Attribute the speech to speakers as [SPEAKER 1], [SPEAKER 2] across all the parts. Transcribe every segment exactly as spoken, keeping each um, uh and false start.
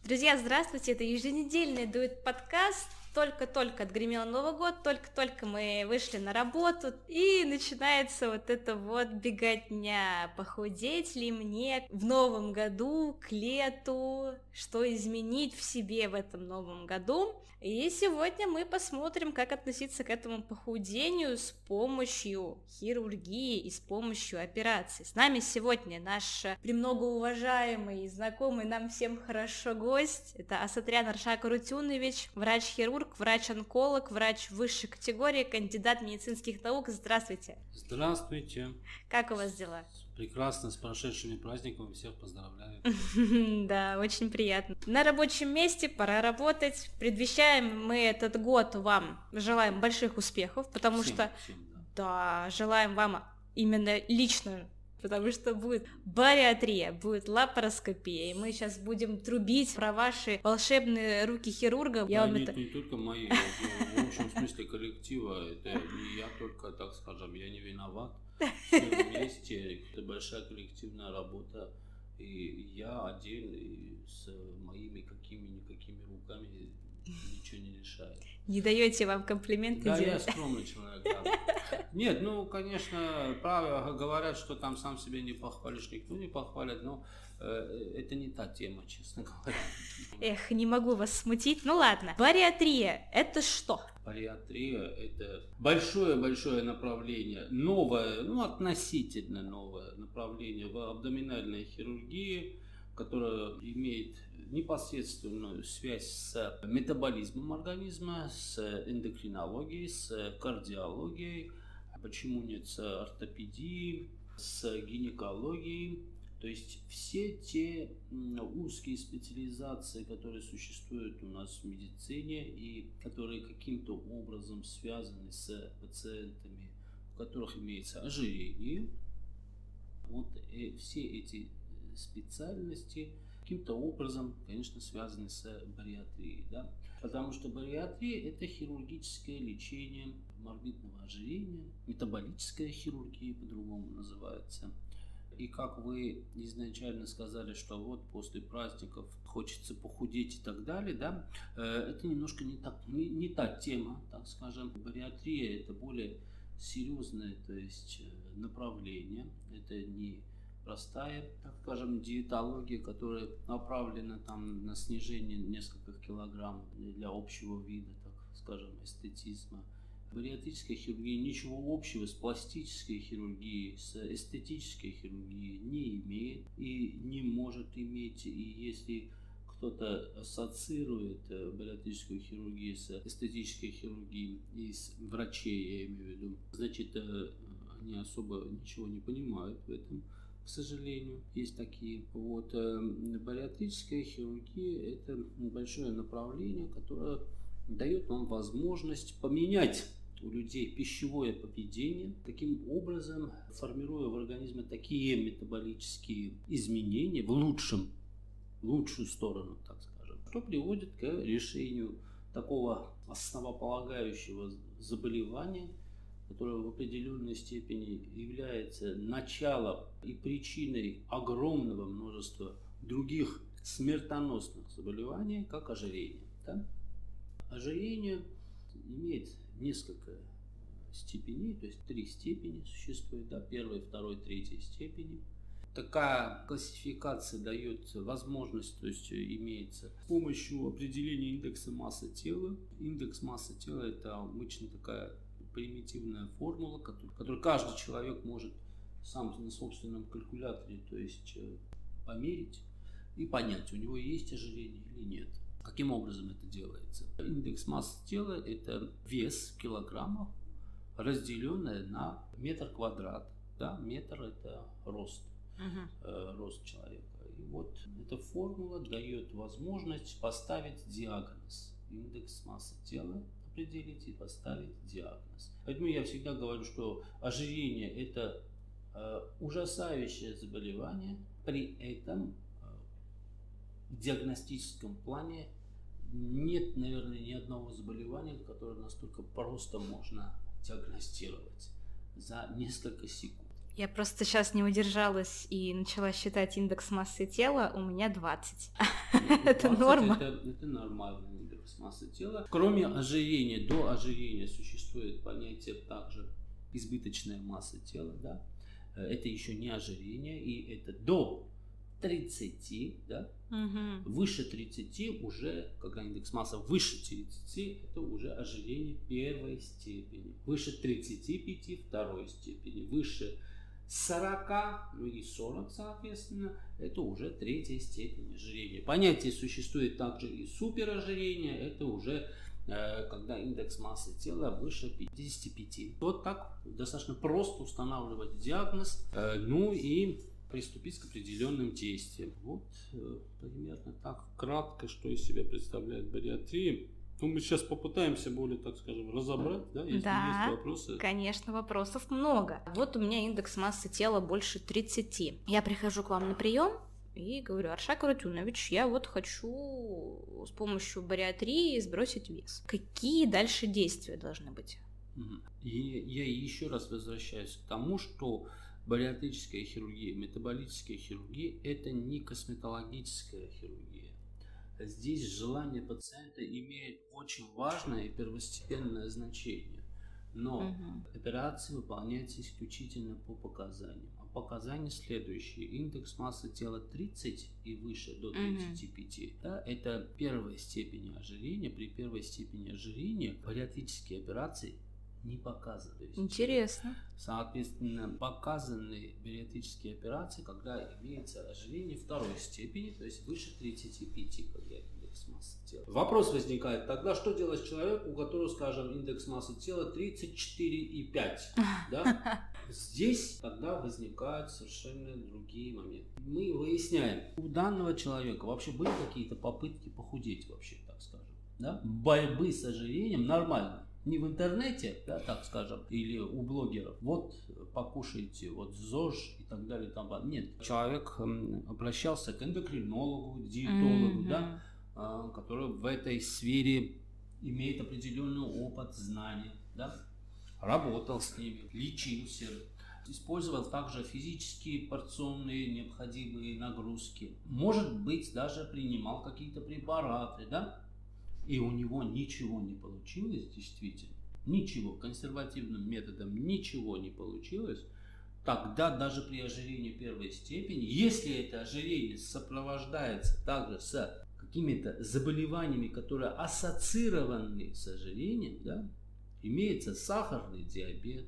[SPEAKER 1] Друзья, здравствуйте! Это еженедельный дуэт-подкаст. Только-только отгремел Новый год, только-только мы вышли на работу, и начинается вот эта вот беготня. Похудеть ли мне в новом году, к лету, что изменить в себе в этом новом году. И сегодня мы посмотрим, как относиться к этому похудению с помощью хирургии и с помощью операций. С нами сегодня наш премногоуважаемый и знакомый нам всем хорошо гость. Это Асатрян Аршак Арутюнович, врач-хирург, врач-онколог, врач высшей категории, кандидат медицинских наук. Здравствуйте.
[SPEAKER 2] Здравствуйте.
[SPEAKER 1] Как у вас дела?
[SPEAKER 2] Прекрасно, с прошедшими праздниками, всех поздравляю.
[SPEAKER 1] Да, очень приятно. На рабочем месте, пора работать. Предвещаем мы этот год вам, желаем больших успехов, потому
[SPEAKER 2] всем,
[SPEAKER 1] что,
[SPEAKER 2] всем,
[SPEAKER 1] да. да, желаем вам именно лично, потому что будет бариатрия, будет лапароскопия, и мы сейчас будем трубить про ваши волшебные руки хирургов.
[SPEAKER 2] Я да, вам нет, это... не только мои, в общем смысле коллектива, это не я только, так скажем, я не виноват. Все вместе, это большая коллективная работа, и я один, и с моими какими-никакими руками ничего не решаю.
[SPEAKER 1] Не даете вам комплименты
[SPEAKER 2] да,
[SPEAKER 1] делать?
[SPEAKER 2] Да, я скромный человек, да. Нет, ну, конечно, правда, говорят, что там сам себе не похвалишь, никто не похвалит, но э, это не та тема, честно говоря.
[SPEAKER 1] Эх, не могу вас смутить. Ну ладно, бариатрия – это что?
[SPEAKER 2] Бариатрия – это большое-большое направление, новое, ну, относительно новое направление в абдоминальной хирургии, которое имеет непосредственную связь с метаболизмом организма, с эндокринологией, с кардиологией, почему нет, с ортопедией, с гинекологией. То есть все те узкие специализации, которые существуют у нас в медицине и которые каким-то образом связаны с пациентами, у которых имеется ожирение, вот и все эти специальности каким-то образом, конечно, связаны с бариатрией, да? Потому что бариатрия – это хирургическое лечение морбидного ожирения, метаболическая хирургия по-другому называется. И как вы изначально сказали, что вот после праздников хочется похудеть и так далее, да, это немножко не, так, не, не та тема, так скажем. Бариатрия – это более серьезное, то есть направление, это не простая, так скажем, диетология, которая направлена там на снижение нескольких килограмм для общего вида, так скажем, эстетизма. Бариатрическая хирургия ничего общего с пластической хирургией, с эстетической хирургией не имеет и не может иметь. И если кто-то ассоциирует бариатрическую хирургию с эстетической хириургией из врачей, я имею в виду, значит, они особо ничего не понимают в этом. К сожалению, есть такие. Вот, бариатрическая хирургия – это большое направление, которое дает вам возможность поменять у людей пищевое поведение, таким образом формируя в организме такие метаболические изменения в лучшем, в лучшую сторону, так скажем, что приводит к решению такого основополагающего заболевания, которое в определенной степени является началом и причиной огромного множества других смертоносных заболеваний, как ожирение. Да? Ожирение имеет несколько степеней, то есть три степени существует, да, первой, второй, третьей степени. Такая классификация дает возможность, то есть имеется с помощью определения индекса массы тела. Индекс массы тела – это обычно такая примитивная формула, которую, которую каждый человек может сам на собственном калькуляторе, то есть померить и понять, у него есть ожирение или нет. Каким образом это делается? Индекс массы тела – это вес в килограммах, разделенное на метр квадрат. Да? Метр – это рост, uh-huh. э, рост человека. И вот эта формула дает возможность поставить диагноз. Индекс массы тела определить и поставить диагноз. Поэтому я всегда говорю, что ожирение – это э, ужасающее заболевание, при этом в диагностическом плане нет, наверное, ни одного заболевания, которое настолько просто можно диагностировать за несколько секунд.
[SPEAKER 1] Я просто сейчас не удержалась и начала считать индекс массы тела, у меня двадцать. Это норма.
[SPEAKER 2] Это нормальный индекс массы тела. Кроме ожирения, до ожирения существует понятие также избыточная масса тела, да. Это еще не ожирение, и это до тридцати, да.
[SPEAKER 1] Угу.
[SPEAKER 2] Выше тридцати уже, когда индекс массы выше тридцати, это уже ожирение первой степени. Выше тридцати пяти второй степени. Выше сорока, ну и сорок, соответственно, это уже третья степень ожирения. Понятие существует также и суперожирение, это уже э, когда индекс массы тела выше пятидесяти пяти. Вот так достаточно просто устанавливать диагноз, э, ну и приступить к определенным действиям. Вот э, примерно так кратко, что из себя представляет бариатрия. Ну, мы сейчас попытаемся более, так скажем, разобрать, да, если
[SPEAKER 1] Да,
[SPEAKER 2] есть вопросы.
[SPEAKER 1] Конечно, вопросов много. Вот у меня индекс массы тела больше тридцати. Я прихожу к вам на прием и говорю: Аршак Арутюнович, я вот хочу с помощью бариатрии сбросить вес. Какие дальше действия должны быть?
[SPEAKER 2] И я еще раз возвращаюсь к тому, что бариатрическая хирургия, метаболическая хирургия – это не косметологическая хирургия. Здесь желание пациента имеет очень важное и первостепенное значение. Но угу. операция выполняется исключительно по показаниям. А показания следующие. Индекс массы тела тридцать и выше до тридцати пяти. Угу. Да, это первая степень ожирения. При первой степени ожирения бариатрические операции не показывают.
[SPEAKER 1] Интересно.
[SPEAKER 2] Соответственно, показаны бариатрические операции, когда имеется ожирение второй степени, то есть выше тридцати пяти, когда индекс массы тела. Вопрос возникает тогда, что делать человеку, у которого, скажем, индекс массы тела тридцать четыре и пять, да? Здесь тогда возникают совершенно другие моменты. Мы выясняем, у данного человека вообще были какие-то попытки похудеть, вообще, так скажем, да? Борьбы с ожирением нормально. Не в интернете, да, так скажем, или у блогеров. Вот покушайте, вот ЗОЖ и так далее. Там. Нет, человек обращался к эндокринологу, диетологу, mm-hmm. да, который в этой сфере имеет определенный опыт, знания, да, работал с ними, лечился, использовал также физические порционные необходимые нагрузки. Может быть, даже принимал какие-то препараты, да. И у него ничего не получилось, действительно, ничего, консервативным методом ничего не получилось, тогда даже при ожирении первой степени, если это ожирение сопровождается также с какими-то заболеваниями, которые ассоциированы с ожирением, да, имеется сахарный диабет,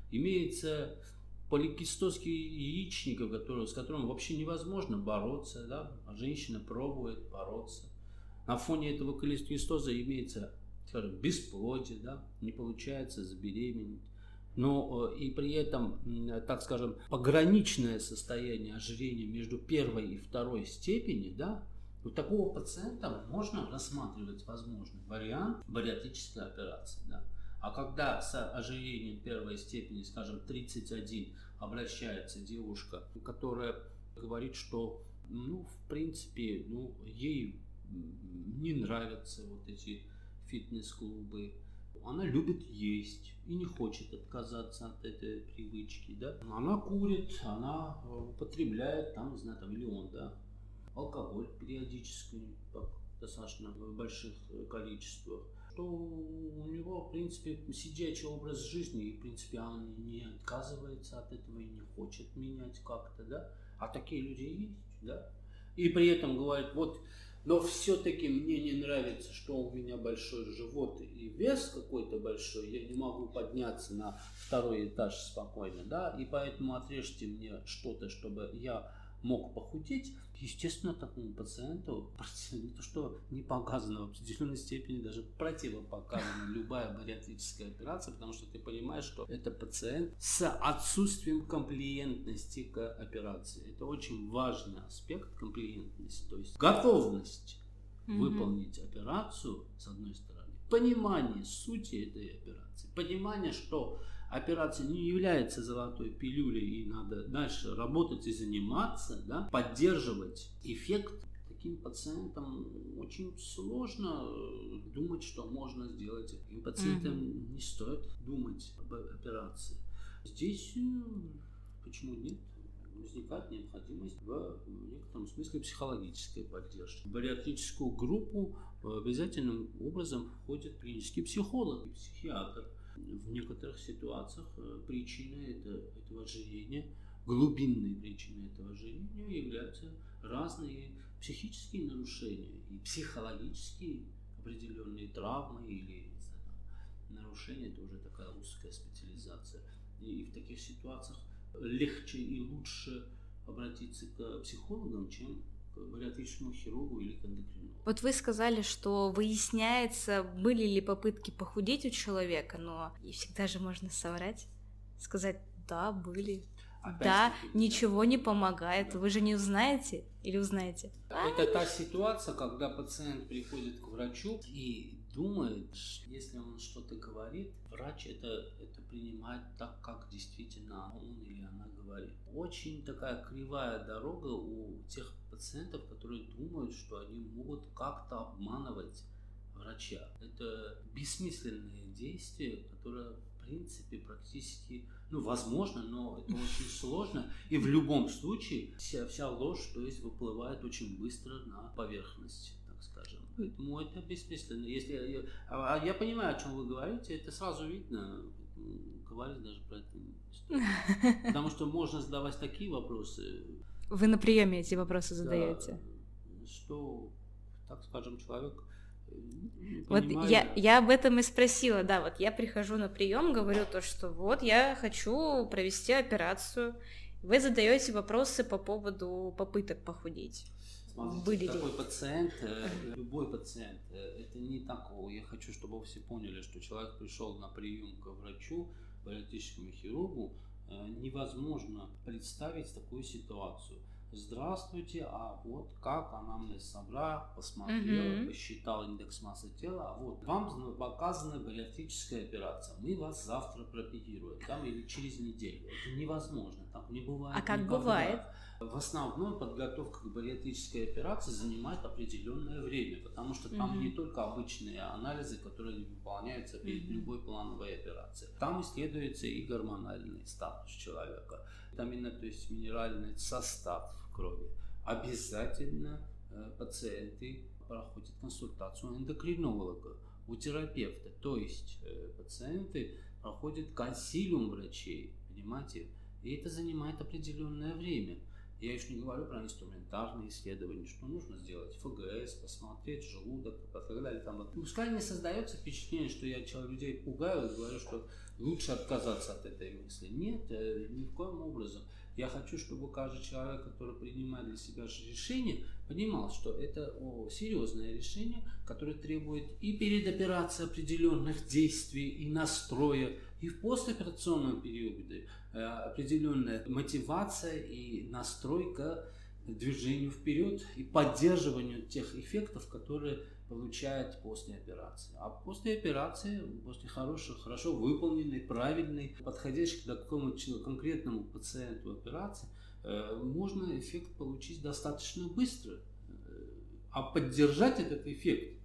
[SPEAKER 2] имеется поликистоз яичников, который, с которым вообще невозможно бороться, да, а женщина пробует бороться. На фоне этого колестоза имеется, скажем, бесплодие, да, не получается забеременеть. Но и при этом, так скажем, пограничное состояние ожирения между первой и второй степенью, да, у такого пациента можно рассматривать возможный вариант бариатрической операции. Да. А когда с ожирением первой степени, скажем, тридцать один обращается девушка, которая говорит, что, ну, в принципе, ну, ей не нравятся вот эти фитнес-клубы. Она любит есть и не хочет отказаться от этой привычки, да. Она курит, она употребляет, там, не знаю, там, или он, да, алкоголь периодически, так, достаточно в больших количествах. Что у него, в принципе, сидячий образ жизни, и, в принципе, он не отказывается от этого и не хочет менять как-то, да. А такие люди есть, да. И при этом говорит, вот, но все-таки мне не нравится, что у меня большой живот и вес какой-то большой, я не могу подняться на второй этаж спокойно, да, и поэтому отрежьте мне что-то, чтобы я мог похудеть. Естественно, такому пациенту, не то что не показано, в определенной степени даже противопоказана любая бариатрическая операция, потому что ты понимаешь, что это пациент с отсутствием комплиентности к операции. Это очень важный аспект комплиентности, то есть готовность mm-hmm. выполнить операцию, с одной стороны, понимание сути этой операции, понимание, что операция не является золотой пилюлей и надо дальше работать и заниматься, да, поддерживать эффект. Таким пациентам очень сложно думать, что можно сделать. Таким пациентам mm-hmm. не стоит думать об операции. Здесь почему нет? Возникает необходимость в некотором смысле психологической поддержки. В бариатрическую группу обязательным образом входит клинический психолог и психиатр. В некоторых ситуациях причиной это, этого ожирения, глубинной причиной этого ожирения являются разные психические нарушения и психологические определенные травмы или нарушения. Это уже такая узкая специализация. И в таких ситуациях легче и лучше обратиться к психологам, чем к бариатрическому хирургу или к эндокринологу.
[SPEAKER 1] Вот вы сказали, что выясняется, были ли попытки похудеть у человека, но и всегда же можно соврать, сказать, да, были. Опять да, ничего да. не помогает. Да. Вы же не узнаете или узнаете?
[SPEAKER 2] Это та ситуация, когда пациент приходит к врачу и думает, если он что-то говорит, врач это, это принимает так, как действительно он или она говорит. Очень такая кривая дорога у тех пациентов, которые думают, что они могут как-то обманывать врача. Это бессмысленные действия, которые в принципе практически, ну, возможно, но это очень сложно. И в любом случае вся, вся ложь, то есть, выплывает очень быстро на поверхность, так скажем. Поэтому это бессмысленно. Если я, а я понимаю, о чем вы говорите, это сразу видно. Говорить даже про это не стоит. Потому что можно задавать такие вопросы.
[SPEAKER 1] Вы на приеме эти вопросы задаете?
[SPEAKER 2] Да, что, так скажем, человек...
[SPEAKER 1] Вот я, я об этом и спросила, да, вот я прихожу на прием, говорю то, что вот я хочу провести операцию, вы задаете вопросы по поводу попыток похудеть.
[SPEAKER 2] Смотрите, были такой ли? Пациент, любой пациент, это не такого. Я хочу, чтобы вы все поняли, что человек пришел на прием к врачу, бариатрическому хирургу, невозможно представить такую ситуацию. Здравствуйте, а вот как анамнез собрал, посмотрел, mm-hmm. посчитал индекс массы тела, а вот вам показана бариатрическая операция, мы вас завтра прооперируем, там или через неделю. Это невозможно, так не бывает.
[SPEAKER 1] А как
[SPEAKER 2] никогда.
[SPEAKER 1] бывает?
[SPEAKER 2] В основном подготовка к бариатрической операции занимает определенное время, потому что там mm-hmm. не только обычные анализы, которые выполняются перед mm-hmm. любой плановой операцией. Там исследуется и гормональный статус человека, витаминный, то есть минеральный состав крови. Обязательно э, пациенты проходят консультацию у эндокринолога, у терапевта. То есть э, пациенты проходят консилиум врачей, понимаете? И это занимает определенное время. Я еще не говорю про инструментарные исследования, что нужно сделать эф гэ эс, посмотреть желудок и так далее. Там. Пускай не создается впечатление, что я людей пугаю и говорю, что лучше отказаться от этой мысли. Нет, ни в коем образом. Я хочу, чтобы каждый человек, который принимает для себя решение, понимал, что это о, серьезное решение, которое требует и перед операцией определенных действий и настроя, и в послеоперационном периоде э, определенная мотивация и настрой к движению вперед и поддерживанию тех эффектов, которые получает после операции. А после операции, после хорошей, хорошо выполненной, правильной, подходящей к такому конкретному пациенту операции, э, можно эффект получить достаточно быстро. А поддержать этот эффект,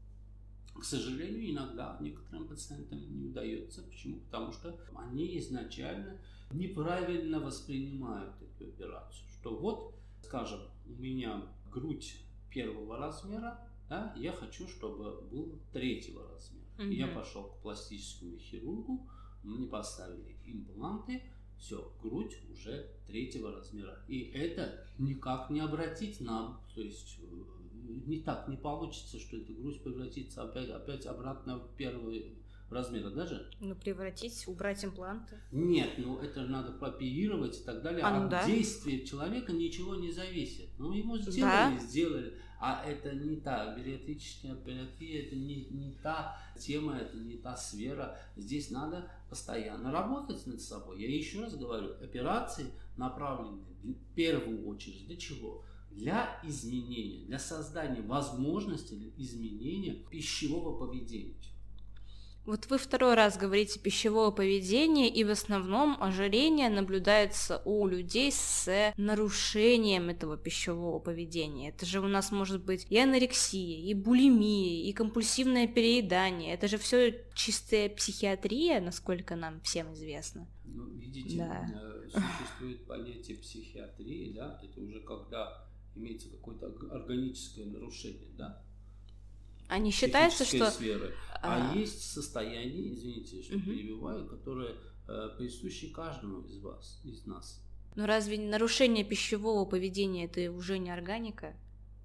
[SPEAKER 2] к сожалению, иногда некоторым пациентам не удается. Почему? Потому что они изначально неправильно воспринимают эту операцию. Что вот, скажем, у меня грудь первого размера, да, я хочу, чтобы был третьего размера. Mm-hmm. Я пошел к пластическому хирургу, мне поставили импланты, все, грудь уже третьего размера. И это никак не обратить нам, то есть не так не получится, что эта грудь превратится опять, опять обратно в первый размер, даже?
[SPEAKER 1] Ну, превратить, убрать импланты.
[SPEAKER 2] Нет, ну это надо прооперировать и так далее.
[SPEAKER 1] А, ну,
[SPEAKER 2] От
[SPEAKER 1] да.
[SPEAKER 2] действия человека ничего не зависит. Ну, ему сделали, да. сделали. А это не та бариатрическая операция, это не, не та тема, это не та сфера. Здесь надо постоянно работать над собой. Я еще раз говорю, операции направлены в первую очередь для чего? Для изменения, для создания возможности изменения пищевого поведения.
[SPEAKER 1] Вот вы второй раз говорите пищевое поведение, и в основном ожирение наблюдается у людей с нарушением этого пищевого поведения. Это же у нас может быть и анорексия, и булимия, и компульсивное переедание. Это же все чистая психиатрия, насколько нам всем известно.
[SPEAKER 2] Ну, видите,
[SPEAKER 1] Да.
[SPEAKER 2] существует понятие психиатрии, да, это уже когда имеется какое-то органическое нарушение, да,
[SPEAKER 1] А не считается, что...
[SPEAKER 2] сферы. А,
[SPEAKER 1] а
[SPEAKER 2] есть состояние, извините, что
[SPEAKER 1] угу.
[SPEAKER 2] перебиваю, которое э, присуще каждому из вас, из нас.
[SPEAKER 1] Но разве нарушение пищевого поведения это уже не органика?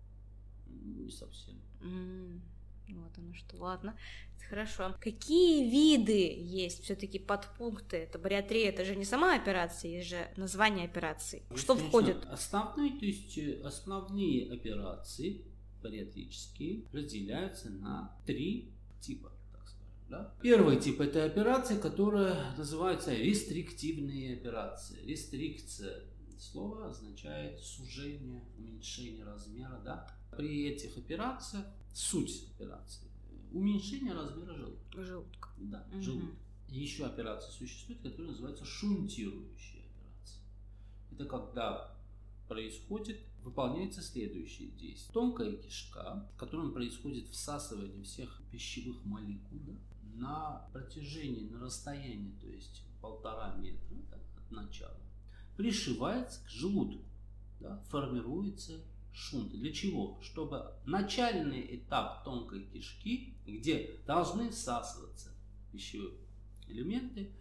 [SPEAKER 2] Не совсем.
[SPEAKER 1] М, Вот оно что. Ладно, хорошо. Какие виды есть все-таки подпункты? Это бариатрия, это же не сама операция, есть же название операции.
[SPEAKER 2] Есть,
[SPEAKER 1] Что
[SPEAKER 2] конечно,
[SPEAKER 1] входит?
[SPEAKER 2] Основные, то есть э, основные операции бариатрические разделяются на три типа, так скажем. Да? Первый тип – это операции, которые называются рестриктивные операции. Рестрикция слова означает сужение, уменьшение размера. Да? При этих операциях суть операции – уменьшение размера желудка.
[SPEAKER 1] Желудка.
[SPEAKER 2] Да,
[SPEAKER 1] Угу.
[SPEAKER 2] желудка. Еще операция существует, которая называется шунтирующая операция. Это когда происходит, выполняется следующее действие. Тонкая кишка, в котором происходит всасывание всех пищевых молекул, да, на протяжении, на расстоянии, то есть полтора метра, да, от начала, пришивается к желудку, да, формируется шунт. Для чего? Чтобы начальный этап тонкой кишки, где должны всасываться пищевые элементы,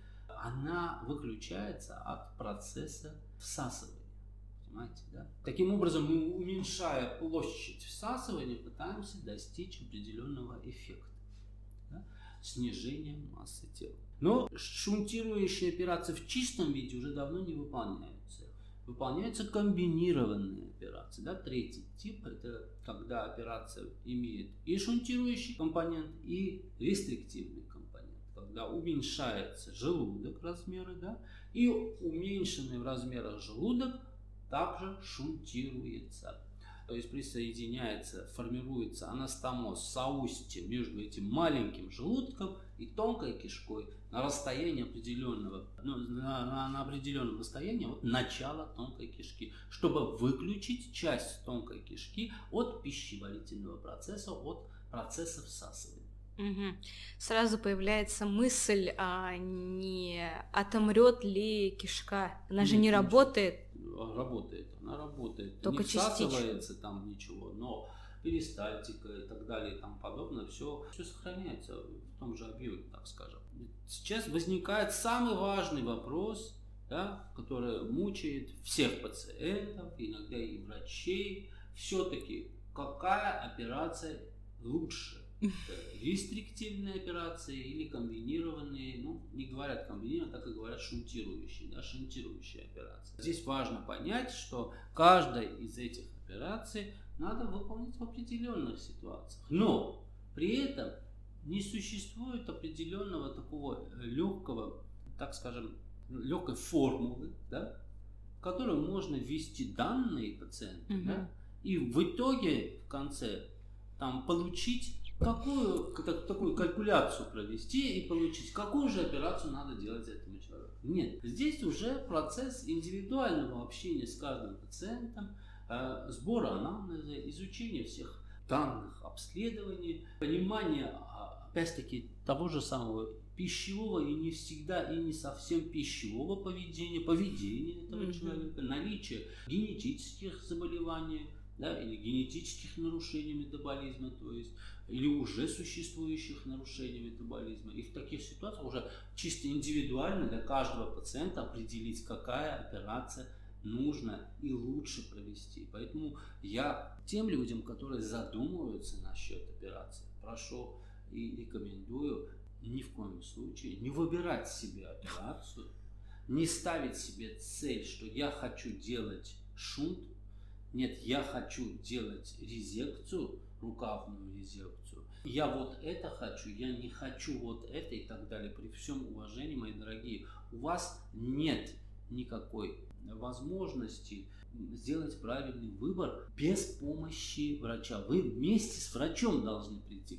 [SPEAKER 2] она выключается от процесса всасывания. Понимаете, да? Таким образом, мы, уменьшая площадь всасывания, пытаемся достичь определенного эффекта, да? Снижения массы тела. Но шунтирующие операции в чистом виде уже давно не выполняются. Выполняются комбинированные операции. Да? Третий тип – это когда операция имеет и шунтирующий компонент, и рестриктивный компонент. Когда уменьшается желудок размеры, да? И уменьшенный в размерах желудок также шунтируется. То есть присоединяется, формируется анастомоз, соустье между этим маленьким желудком и тонкой кишкой на расстоянии определенного, ну, на, на, на определенном расстоянии от начала тонкой кишки, чтобы выключить часть тонкой кишки от пищеварительного процесса, от процесса всасывания.
[SPEAKER 1] Угу. Сразу появляется мысль, а не отомрет ли кишка? Она же
[SPEAKER 2] Нет,
[SPEAKER 1] не
[SPEAKER 2] конечно.
[SPEAKER 1] работает.
[SPEAKER 2] Работает, она работает.
[SPEAKER 1] Только
[SPEAKER 2] не всасывается
[SPEAKER 1] частично.
[SPEAKER 2] там ничего, но перистальтика и так далее и тому подобное, все, все сохраняется в том же объеме, так скажем. Сейчас возникает самый важный вопрос, да, который мучает всех пациентов, иногда и врачей. Все-таки какая операция лучше? Рестриктивные операции или комбинированные, ну, не говорят комбинированные, так и говорят шунтирующие, да, шунтирующие операции. Здесь важно понять, что каждая из этих операций надо выполнить в определенных ситуациях. Но при этом не существует определенного такого легкого, так скажем, легкой формулы, да, в которую можно ввести данные пациента, угу. да, и в итоге в конце там получить какую такую калькуляцию провести и получить, какую же операцию надо делать этому человеку. Нет, здесь уже процесс индивидуального общения с каждым пациентом, э, сбора анамнеза, изучения всех данных, обследований, понимания, опять-таки, того же самого пищевого и не всегда, и не совсем пищевого поведения, поведения этого mm-hmm. человека, наличия генетических заболеваний, да, или генетических нарушений метаболизма, то есть, или уже существующих нарушений метаболизма. И в таких ситуациях уже чисто индивидуально для каждого пациента определить, какая операция нужно и лучше провести. Поэтому я тем людям, которые задумываются насчет операции, прошу и рекомендую ни в коем случае не выбирать себе операцию, не ставить себе цель, что я хочу делать шунт. Нет, я хочу делать резекцию, рукавную резекцию. Я вот это хочу, я не хочу вот это и так далее. При всем уважении, мои дорогие, у вас нет никакой возможности сделать правильный выбор без помощи врача. Вы вместе с врачом должны прийти к этому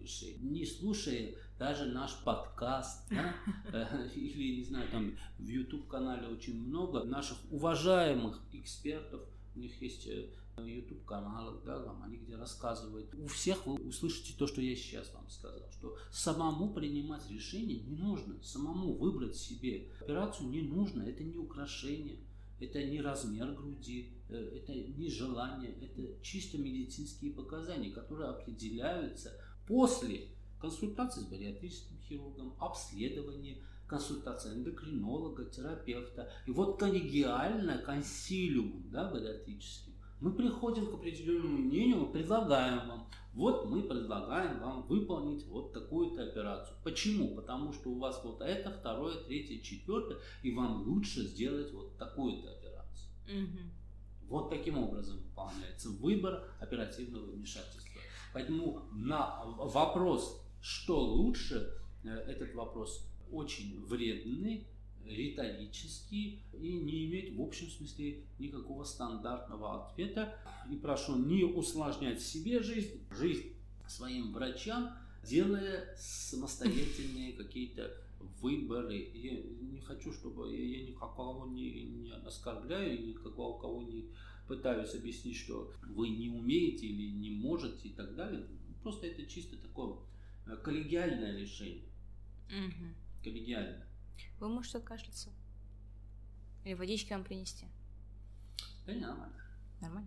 [SPEAKER 2] решение. Не слушая даже наш подкаст, да, или, не знаю, там в YouTube-канале очень много наших уважаемых экспертов, у них есть YouTube-каналы, да, там они где рассказывают. У всех вы услышите то, что я сейчас вам сказал, что самому принимать решение не нужно, самому выбрать себе операцию не нужно, это не украшение. Это не размер груди, это не желание, это чисто медицинские показания, которые определяются после консультации с бариатрическим хирургом, обследования, консультации эндокринолога, терапевта. И вот коллегиально, консилиум, да, бариатрический, мы приходим к определенному мнению, мы предлагаем вам, вот мы предлагаем вам выполнить вот такую-то операцию. Почему? Потому что у вас вот это, второе, третье, четвертое, и вам лучше сделать вот такую-то операцию.
[SPEAKER 1] Угу.
[SPEAKER 2] Вот таким образом выполняется выбор оперативного вмешательства. Поэтому на вопрос, что лучше, этот вопрос очень вредный, риторический и не имеет в общем смысле никакого стандартного ответа. И прошу не усложнять себе жизнь, жизнь своим врачам, делая самостоятельные какие-то выборы. Я не хочу, чтобы я никакого не, не оскорбляю, и никакого кого не пытаюсь объяснить, что вы не умеете или не можете и так далее. Просто это чисто такое коллегиальное решение.
[SPEAKER 1] Угу.
[SPEAKER 2] Коллегиальное.
[SPEAKER 1] Вы можете откашляться? Или водички вам принести?
[SPEAKER 2] Да не, нормально.
[SPEAKER 1] Нормально?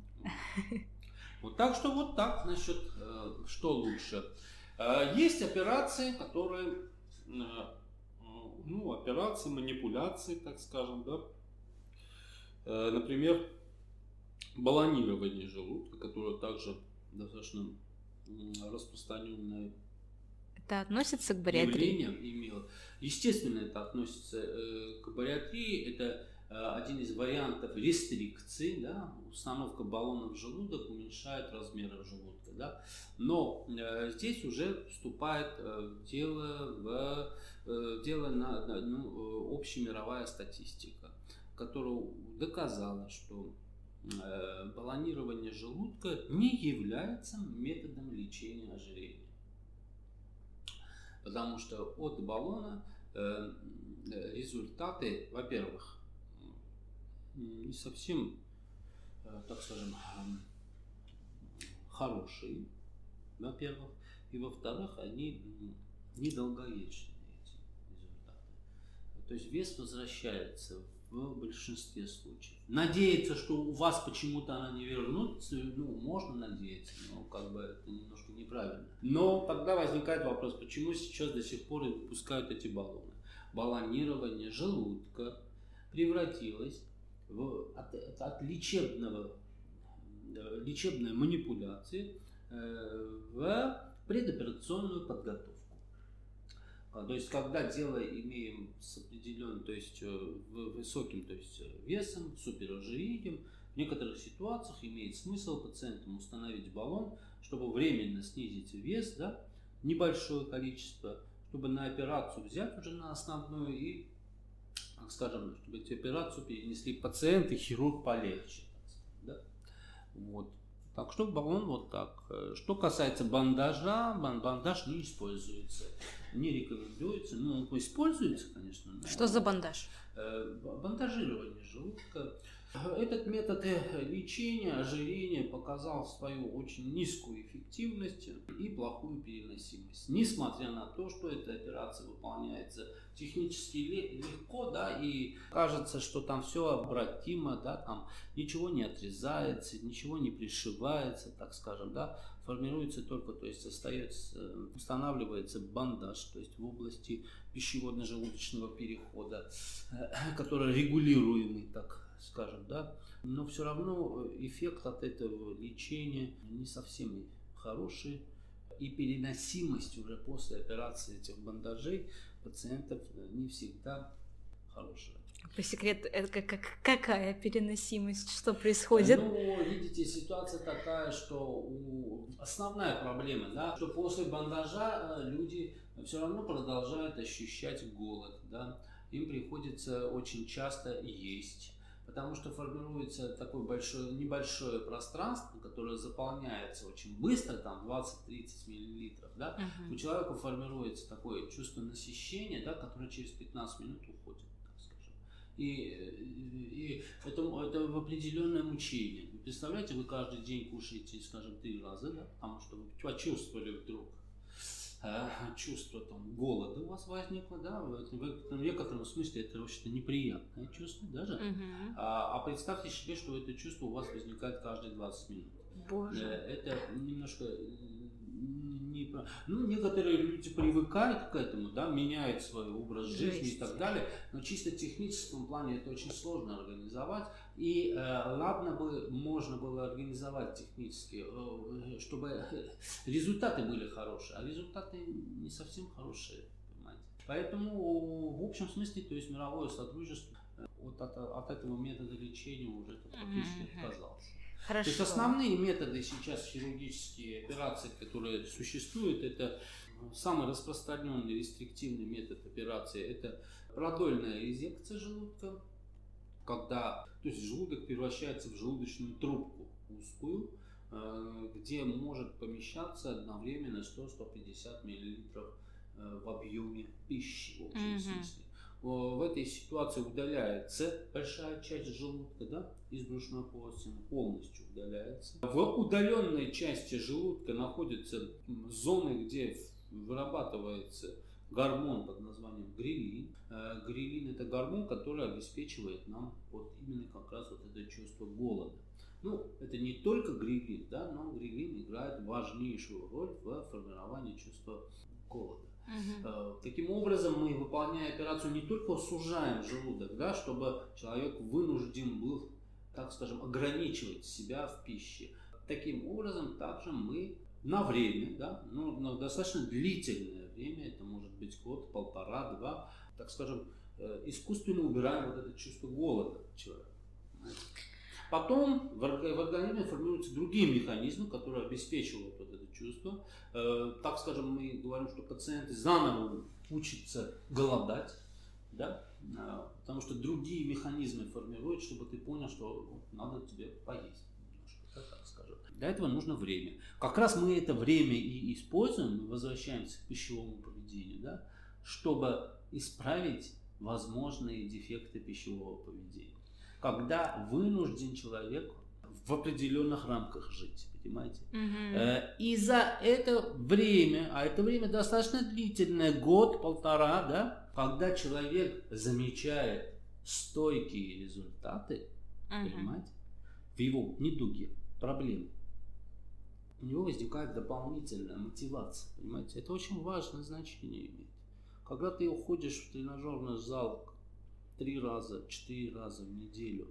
[SPEAKER 2] Вот так что вот так насчет э, что лучше. Э, есть операции, которые, э, ну, операции, манипуляции, так скажем, да. Э, например, баллонирование желудка, которое также достаточно распространенное.
[SPEAKER 1] Это относится к бариатрии?
[SPEAKER 2] Имело. Естественно, это относится э, к бариатрии. Это э, один из вариантов рестрикции. Да? Установка баллона в желудок уменьшает размеры желудка. Да? Но э, здесь уже вступает э, в дело, в, э, дело на, на ну, общемировая статистика, которая доказала, что э, баллонирование желудка не является методом лечения ожирения. Потому что от баллона э, результаты, во-первых, не совсем, э, так скажем, э, хорошие, во-первых, и во-вторых, они недолговечные, эти результаты. То есть вес возвращается в большинстве случаев. Надеяться, что у вас почему-то она не вернется, ну, можно надеяться, но как бы это немножко неправильно. Но тогда возникает вопрос, почему сейчас до сих пор выпускают эти баллоны. Баллонирование желудка превратилось в, от, от лечебного, лечебной манипуляции э, в предоперационную подготовку. То есть, когда дело имеем с определенным, то есть высоким, то есть весом, суперожирением, в некоторых ситуациях имеет смысл пациентам установить баллон, чтобы временно снизить вес, да, небольшое количество, чтобы на операцию взять уже на основную и, так скажем, чтобы эту операцию перенесли пациент и хирург полегче. Да? Вот. Так что баллон вот так. Что касается бандажа, бандаж не используется, не рекомендуется. Ну, он используется, конечно.
[SPEAKER 1] Что за бандаж?
[SPEAKER 2] Бандажирование желудка. Этот метод лечения ожирения показал свою очень низкую эффективность и плохую переносимость. Несмотря на то, что эта операция выполняется технически легко, да, и кажется, что там все обратимо, да, там ничего не отрезается, ничего не пришивается, так скажем, да, формируется только, то есть остается, устанавливается бандаж, то есть в области пищеводно-желудочного перехода, который регулируемый, так скажем, да, но все равно эффект от этого лечения не совсем хороший, и переносимость уже после операции этих бандажей пациентов не всегда хорошая.
[SPEAKER 1] По секрету, это как, какая переносимость, что происходит?
[SPEAKER 2] Ну, видите, ситуация такая, что у... основная проблема, да, что после бандажа люди все равно продолжают ощущать голод, да, им приходится очень часто есть. Потому что формируется такое большое, небольшое пространство, которое заполняется очень быстро, там двадцать-тридцать миллилитров, да, uh-huh. у человека формируется такое чувство насыщения, да, которое через пятнадцать минут уходит, так скажем. И, и это, это в определенное мучение. Вы представляете, вы каждый день кушаете, скажем, три раза, да, потому что вы почувствовали вдруг чувство там, голода у вас возникло, да, в, в некотором смысле это вообще-то неприятное чувство даже, uh-huh. а, а представьте себе, что это чувство у вас возникает каждые двадцать минут.
[SPEAKER 1] Боже.
[SPEAKER 2] Это немножко не, ну, некоторые люди привыкают к этому, да, меняют свой образ жизни Жесть. И так далее, но чисто в техническом плане это очень сложно организовать. И э, ладно бы можно было организовать технически, э, чтобы результаты были хорошие, а результаты не совсем хорошие, понимаете. Поэтому в общем смысле, то есть мировое сотрудничество от, от, от этого метода лечения уже практически mm-hmm. отказалось.
[SPEAKER 1] Хорошо.
[SPEAKER 2] То есть основные методы сейчас хирургические операции, которые существуют, это самый распространенный рестриктивный метод операции, это продольная резекция желудка, когда то есть желудок превращается в желудочную трубку узкую, где может помещаться одновременно сто-сто пятьдесят миллилитров в объеме пищи в общем смысле. В этой ситуации удаляется большая часть желудка, да, из брюшной полости, полностью удаляется. В удаленной части желудка находятся зоны, где вырабатывается гормон под названием грелин. Грелин – это гормон, который обеспечивает нам вот именно как раз вот это чувство голода. Ну, это не только грелин, да, но грелин играет важнейшую роль в формировании чувства голода. Uh-huh. Таким образом, мы, выполняя операцию, не только сужаем желудок, да, чтобы человек вынужден был, так скажем, ограничивать себя в пище. Таким образом, также мы на время, да, ну, на достаточно длительное время, это может быть год, полтора, два, так скажем, искусственно убираем вот это чувство голода человека. Потом в организме формируются другие механизмы, которые обеспечивают вот это чувство. Так скажем, мы говорим, что пациенты заново учатся голодать, да? Потому что другие механизмы формируют, чтобы ты понял, что вот, надо тебе поесть. Так скажем. Для этого нужно время. Как раз мы это время и используем, мы возвращаемся к пищевому поведению, да? Чтобы исправить возможные дефекты пищевого поведения. Когда вынужден человек в определенных рамках жить, понимаете? Mm-hmm. И за это время, а это время достаточно длительное, год, полтора, да, когда человек замечает стойкие результаты, mm-hmm. понимаете, в его недуге, проблеме, у него возникает дополнительная мотивация, понимаете? Это очень важное значение имеет. Когда ты уходишь в тренажерный зал три раза, четыре раза в неделю.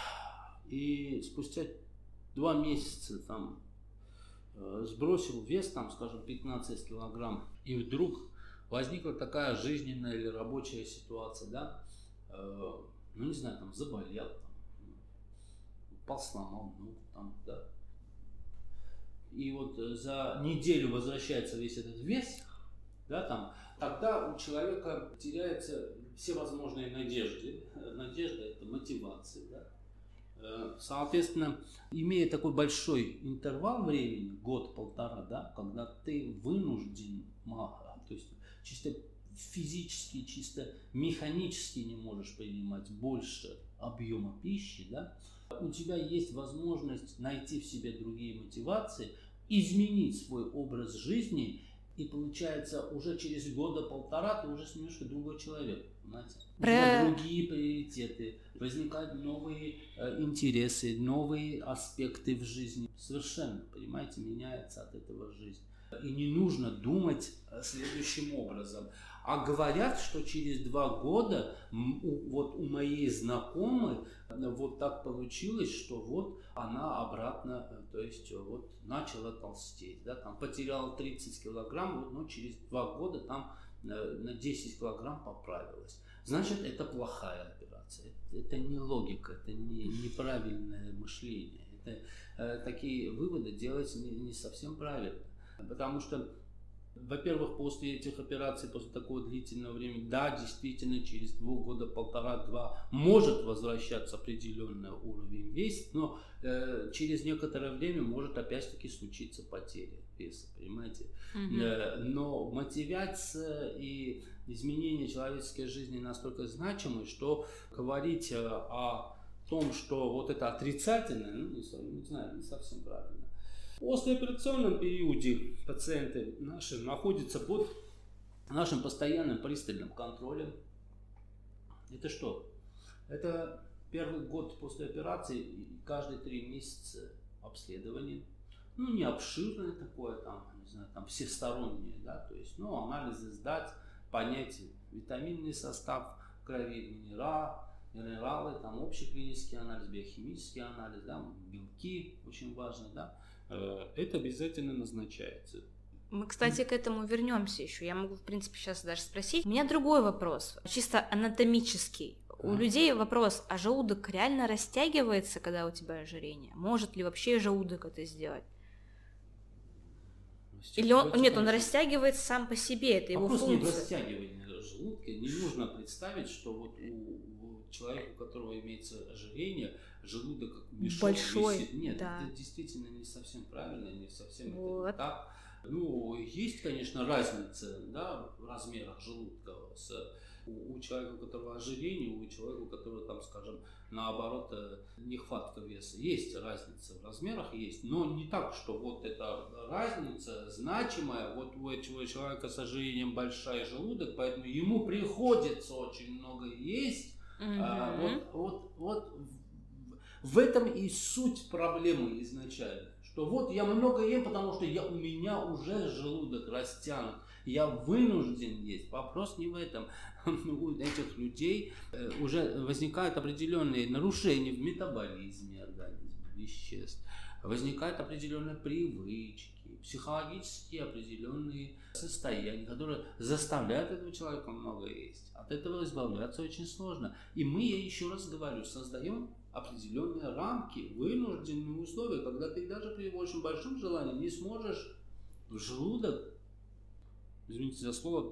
[SPEAKER 2] И спустя два месяца там э, сбросил вес, там, скажем, пятнадцать килограмм, и вдруг возникла такая жизненная или рабочая ситуация, да, э, ну не знаю, там заболел, там, упал, сломал ногу, там, да. И вот за неделю возвращается весь этот вес, да, там, тогда у человека теряется все возможные надежды. Надежда – это мотивация. Да? Соответственно, имея такой большой интервал времени, год-полтора, да, когда ты вынужден, то есть чисто физически, чисто механически не можешь принимать больше объема пищи, да, у тебя есть возможность найти в себе другие мотивации, изменить свой образ жизни. И получается, уже через года полтора ты уже немножко другой человек, понимаете? У тебя Про... другие приоритеты, возникают новые э, интересы, новые аспекты в жизни. Совершенно, понимаете, меняется от этого жизнь. И не нужно думать следующим образом. А говорят, что через два года у, вот у моей знакомой вот так получилось, что вот она обратно, то есть вот начала толстеть, да, там потеряла тридцать килограмм, но через два года там на десять килограмм поправилась. Значит, это плохая операция. Это, это не логика, это не, неправильное мышление. Это, э, такие выводы делать не, не совсем правильно. Потому что Во-первых, после этих операций, после такого длительного времени, да, действительно, через два года, полтора-два может возвращаться определенный уровень веса, но э, через некоторое время может опять-таки случиться потеря веса, понимаете? Mm-hmm. Э, но мотивация и изменение человеческой жизни настолько значимы, что говорить о том, что вот это отрицательное, ну, не, не знаю, не совсем правильно. В послеоперационном периоде пациенты наши находятся под нашим постоянным пристальным контролем. Это что? Это первый год после операции, каждые три месяца обследование. Ну, не обширное такое, там, не знаю, там всестороннее, да, то есть, ну, анализы сдать, понять витаминный состав крови, минерал, минералы, там, общий клинический анализ, биохимический анализ, да, белки, очень важно, да. Это обязательно назначается.
[SPEAKER 1] Мы, кстати, к этому вернемся еще. Я могу, в принципе, сейчас даже спросить. У меня другой вопрос, чисто анатомический. У а. людей вопрос, а желудок реально растягивается, когда у тебя ожирение? Может ли вообще желудок это сделать? Или он, нет, он растягивается сам по себе, это его функция.
[SPEAKER 2] Вопрос не в растягивании желудка. Не нужно представить, что вот у, у человека, у которого имеется ожирение, желудок как мешок
[SPEAKER 1] большой,
[SPEAKER 2] висит. Нет,
[SPEAKER 1] да.
[SPEAKER 2] Это действительно не совсем правильно, не совсем
[SPEAKER 1] вот.
[SPEAKER 2] это не так. Ну, есть, конечно, разница, да, в размерах желудка с, у, у человека, у которого ожирение, у человека, у которого, там, скажем, наоборот, нехватка веса. Есть разница в размерах, есть, но не так, что вот эта разница значимая, вот у этого человека с ожирением большой желудок, поэтому ему приходится очень много есть. Mm-hmm. А, вот, вот, вот в этом и суть проблемы изначально. Что вот я много ем, потому что я, у меня уже желудок растянут. Я вынужден есть. Вопрос не в этом. У этих людей уже возникают определенные нарушения в метаболизме организма, веществ. Возникают определенные привычки, психологические определенные состояния, которые заставляют этого человека много есть. От этого избавляться очень сложно. И мы, я еще раз говорю, создаем определенные рамки, вынужденные условия, когда ты даже при очень большом желании не сможешь в желудок, извините за слово,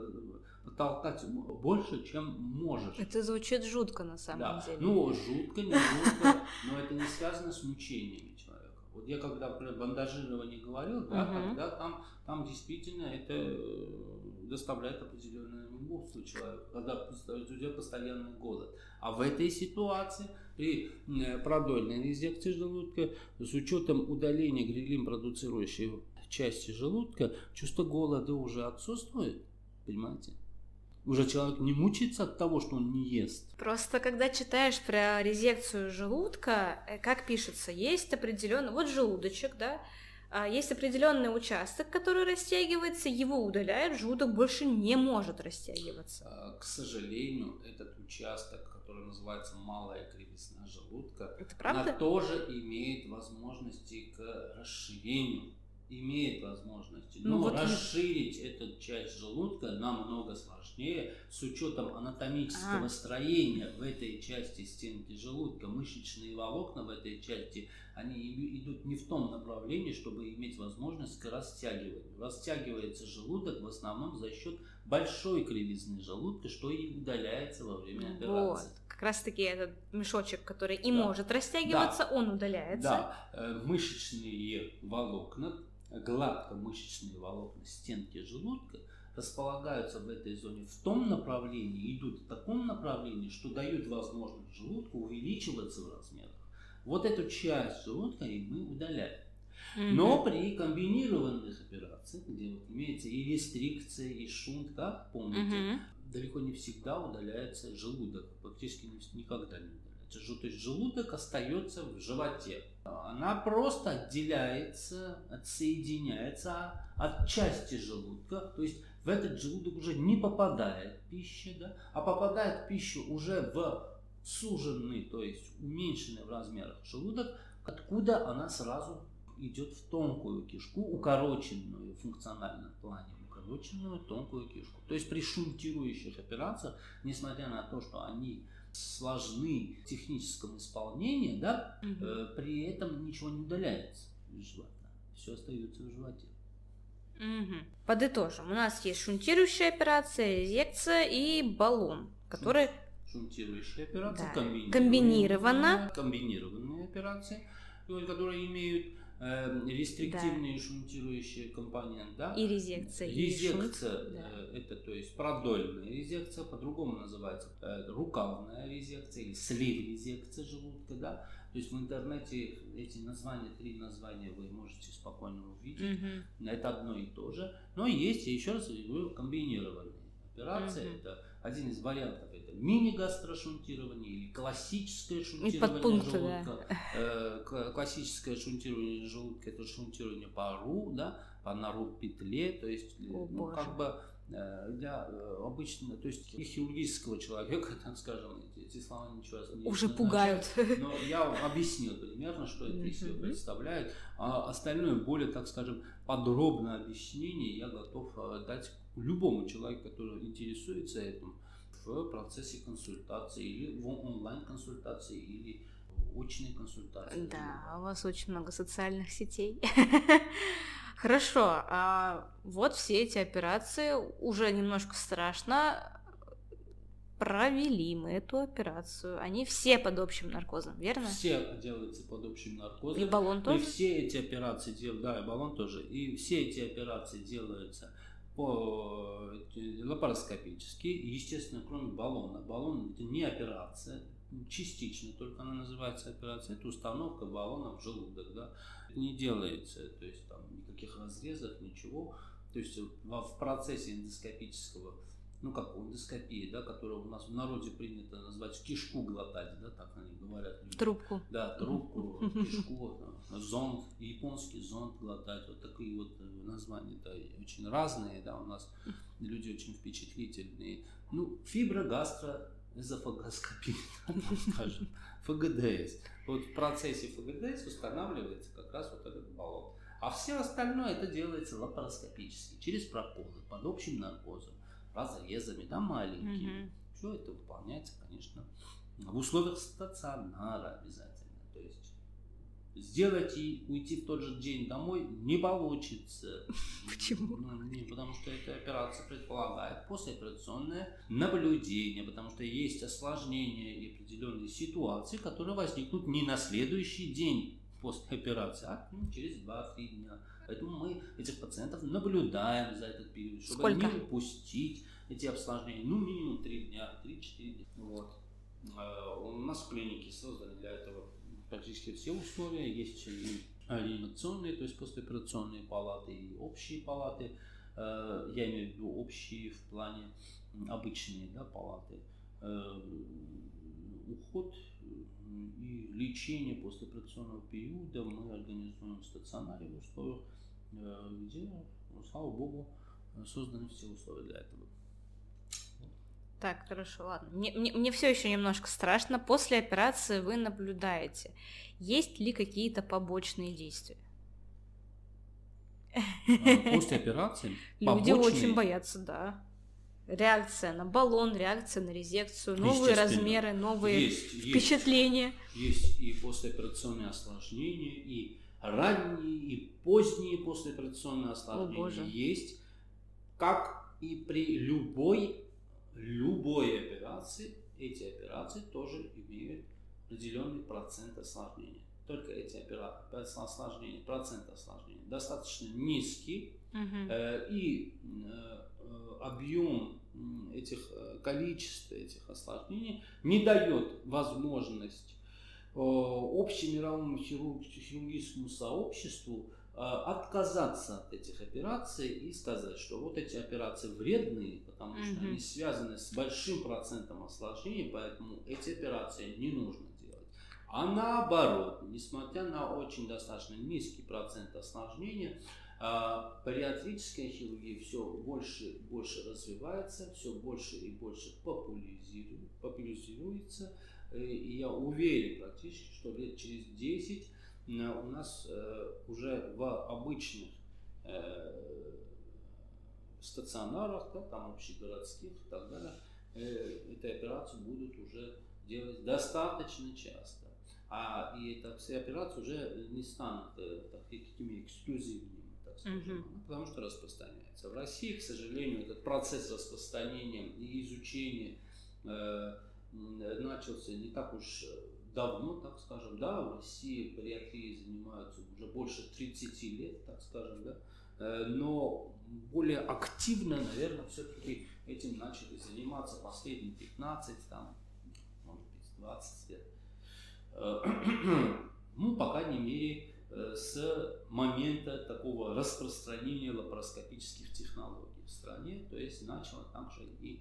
[SPEAKER 2] потолкать больше, чем можешь.
[SPEAKER 1] Это звучит жутко на самом
[SPEAKER 2] да.
[SPEAKER 1] деле.
[SPEAKER 2] Ну, жутко, не жутко, но это не связано с мучениями человека. Вот я когда про бандажирование говорил, да, uh-huh. тогда там, там действительно это доставляет определенное мучение человеку, когда идет постоянный голод. А в этой ситуации при продольной резекции желудка с учетом удаления грилин продуцирующей части желудка чувство голода уже отсутствует, понимаете? Уже человек не мучается от того, что он не ест.
[SPEAKER 1] Просто когда читаешь про резекцию желудка, как пишется, есть определенный, вот желудочек, да, есть определенный участок, который растягивается, его удаляют, желудок больше не может растягиваться.
[SPEAKER 2] К сожалению, этот участок, который называется малая кривизна желудка, она тоже имеет возможности к расширению. Имеет возможности, но ну, вот расширить я... эту часть желудка намного сложнее с учетом анатомического а. строения в этой части стенки желудка. Мышечные волокна в этой части, они идут не в том направлении, чтобы иметь возможность к растягиванию. Растягивается желудок в основном за счет большой кривизны желудка, что и удаляется во время
[SPEAKER 1] вот.
[SPEAKER 2] операции.
[SPEAKER 1] Как раз таки этот мешочек, который и да. может растягиваться,
[SPEAKER 2] да.
[SPEAKER 1] он удаляется.
[SPEAKER 2] Да, мышечные волокна, гладкомышечные волокна стенки желудка располагаются в этой зоне в том направлении, идут в таком направлении, что дают возможность желудку увеличиваться в размерах. Вот эту часть желудка и мы удаляем. Mm-hmm. Но при комбинированных операциях, где вот имеется и рестрикция, и шунт, как помните, mm-hmm. далеко не всегда удаляется желудок, практически никогда не удаляется. То есть желудок остается в животе. Она просто отделяется, отсоединяется от части желудка. То есть в этот желудок уже не попадает пища, да, а попадает пища уже в суженный, то есть уменьшенный в размерах желудок, откуда она сразу идет в тонкую кишку, укороченную в функциональном плане, укороченную тонкую кишку. То есть при шунтирующих операциях, несмотря на то, что они сложны в техническом исполнении, да, mm-hmm. э, при этом ничего не удаляется из живота. Все остается в животе.
[SPEAKER 1] Угу. Подытожим. У нас есть шунтирующая операция, резекция и баллон, который...
[SPEAKER 2] Шунтирующая операция,
[SPEAKER 1] да.
[SPEAKER 2] комбинированная,
[SPEAKER 1] комбинированная.
[SPEAKER 2] комбинированные операции, которые имеют э, рестриктивные, да, шунтирующие компоненты. Да?
[SPEAKER 1] И резекция.
[SPEAKER 2] Резекция,
[SPEAKER 1] и
[SPEAKER 2] да, это то есть продольная резекция, по-другому называется э, рукавная резекция или слив резекция желудка. Да? То есть в интернете эти названия, три названия вы можете спокойно увидеть. Угу. Это одно и то же. Но есть, я еще раз говорю, комбинированные операции. Угу. Это один из вариантов. Это мини-гастрошунтирование или классическое шунтирование желудка. Да. Э, классическое шунтирование желудка — это шунтирование по РУ, да, по нару-петле. То есть, О, ну, как бы для обычного, то есть хирургического человека, так скажем, эти, эти слова ничего не
[SPEAKER 1] уже пугают.
[SPEAKER 2] Но я объяснил примерно, что это из себя представляет. А остальное, более, так скажем, подробное объяснение я готов дать любому человеку, который интересуется этим в процессе консультации или в онлайн-консультации или очной консультации.
[SPEAKER 1] Да, у вас очень много социальных сетей. Хорошо, а вот все эти операции, уже немножко страшно, провели мы эту операцию. Они все под общим наркозом, верно?
[SPEAKER 2] Все делаются под общим наркозом.
[SPEAKER 1] И баллон тоже?
[SPEAKER 2] И все эти операции делают, да, и баллон тоже. И все эти операции делаются по лапароскопически, естественно, кроме баллона. Баллон — это не операция, частично только она называется операция, это установка баллона в желудок, да, это не делается, то есть там никаких разрезов, ничего, то есть в процессе эндоскопического, ну как эндоскопии, да, которую у нас в народе принято назвать кишку глотать, да, так они говорят. Люди.
[SPEAKER 1] Трубку.
[SPEAKER 2] Да, трубку, кишку, зонд, японский зонд глотать, вот такие вот названия-то очень разные, да, у нас люди очень впечатлительные. Ну, фиброгастро эзофагоскопия, скажем, ФГДС. Вот в процессе ФГДС устанавливается как раз вот этот баллон. А все остальное это делается лапароскопически, через проколы, под общим наркозом, разрезами, да, маленькими. Угу. Все это выполняется, конечно, в условиях стационара обязательно. То есть сделать и уйти в тот же день домой не получится.
[SPEAKER 1] Почему?
[SPEAKER 2] Ну, не, потому что эта операция предполагает послеоперационное наблюдение, потому что есть осложнения и определенные ситуации, которые возникнут не на следующий день после операции, а ну, через два-три дня. Поэтому мы этих пациентов наблюдаем за этот период, чтобы
[SPEAKER 1] Сколько?
[SPEAKER 2] не упустить эти осложнения. Ну, минимум три дня, три-четыре дня. Вот. У нас в клинике созданы для этого практически все условия. Есть и реанимационные, то есть послеоперационные палаты, и общие палаты. Я имею в виду общие в плане обычные, да, палаты. Уход и лечение послеоперационного периода мы организуем в стационаре в условиях, где, ну, слава богу, созданы все условия для этого.
[SPEAKER 1] Так, хорошо, ладно. Мне, мне, мне все еще немножко страшно. После операции вы наблюдаете, есть ли какие-то побочные действия?
[SPEAKER 2] После операции?
[SPEAKER 1] Люди очень боятся, да. Реакция на баллон, реакция на резекцию, новые размеры, новые есть, впечатления.
[SPEAKER 2] Есть, есть и послеоперационные осложнения, и ранние, и поздние послеоперационные осложнения.
[SPEAKER 1] О, Боже.
[SPEAKER 2] Есть, как и при любой, любой операции, эти операции тоже имеют определенный процент осложнений. Только эти осложнения, процент осложнений достаточно низкий, угу. э, и э, объем этих, количество этих осложнений не дает возможность э, общемировому хирургическому сообществу э, отказаться от этих операций и сказать, что вот эти операции вредные, потому что mm-hmm. они связаны с большим процентом осложнений, поэтому эти операции не нужно делать. А наоборот, несмотря на очень достаточно низкий процент осложнения, бариатрическая хирургия все больше и больше развивается, все больше и больше популяризирует, популяризируется. И я уверен практически, что лет через десять у нас уже в обычных стационарах, да, там общегородских и так далее, эту операцию будут уже делать достаточно часто. А и это, все операции уже не станут такими эксклюзивными, так скажем, угу. потому что распространяется. В России, к сожалению, этот процесс распространения и изучения э, начался не так уж давно, так скажем, да, в России бариатрии занимаются уже больше тридцати лет, так скажем, да, э, но более активно, наверное, все-таки этим начали заниматься последние пятнадцать, там, может быть, двадцать лет. Ну, по крайней мере, с момента такого распространения лапароскопических технологий в стране, то есть начал также и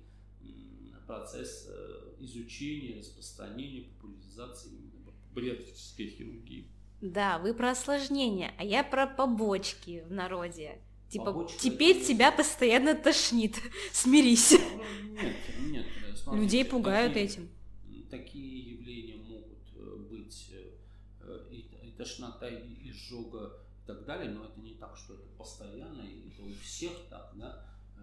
[SPEAKER 2] процесс изучения, распространения, популяризации бариатрической хирургии.
[SPEAKER 1] Да, вы про осложнения, а я про побочки в народе. Типа,
[SPEAKER 2] Побочка,
[SPEAKER 1] теперь
[SPEAKER 2] это...
[SPEAKER 1] тебя постоянно тошнит. Смирись.
[SPEAKER 2] Нет, нет. Смотрите,
[SPEAKER 1] людей пугают
[SPEAKER 2] такие,
[SPEAKER 1] этим.
[SPEAKER 2] Такие явления могут быть и, и тошнота, и изжога и так далее, но это не так, что это постоянно, и это у всех так, да.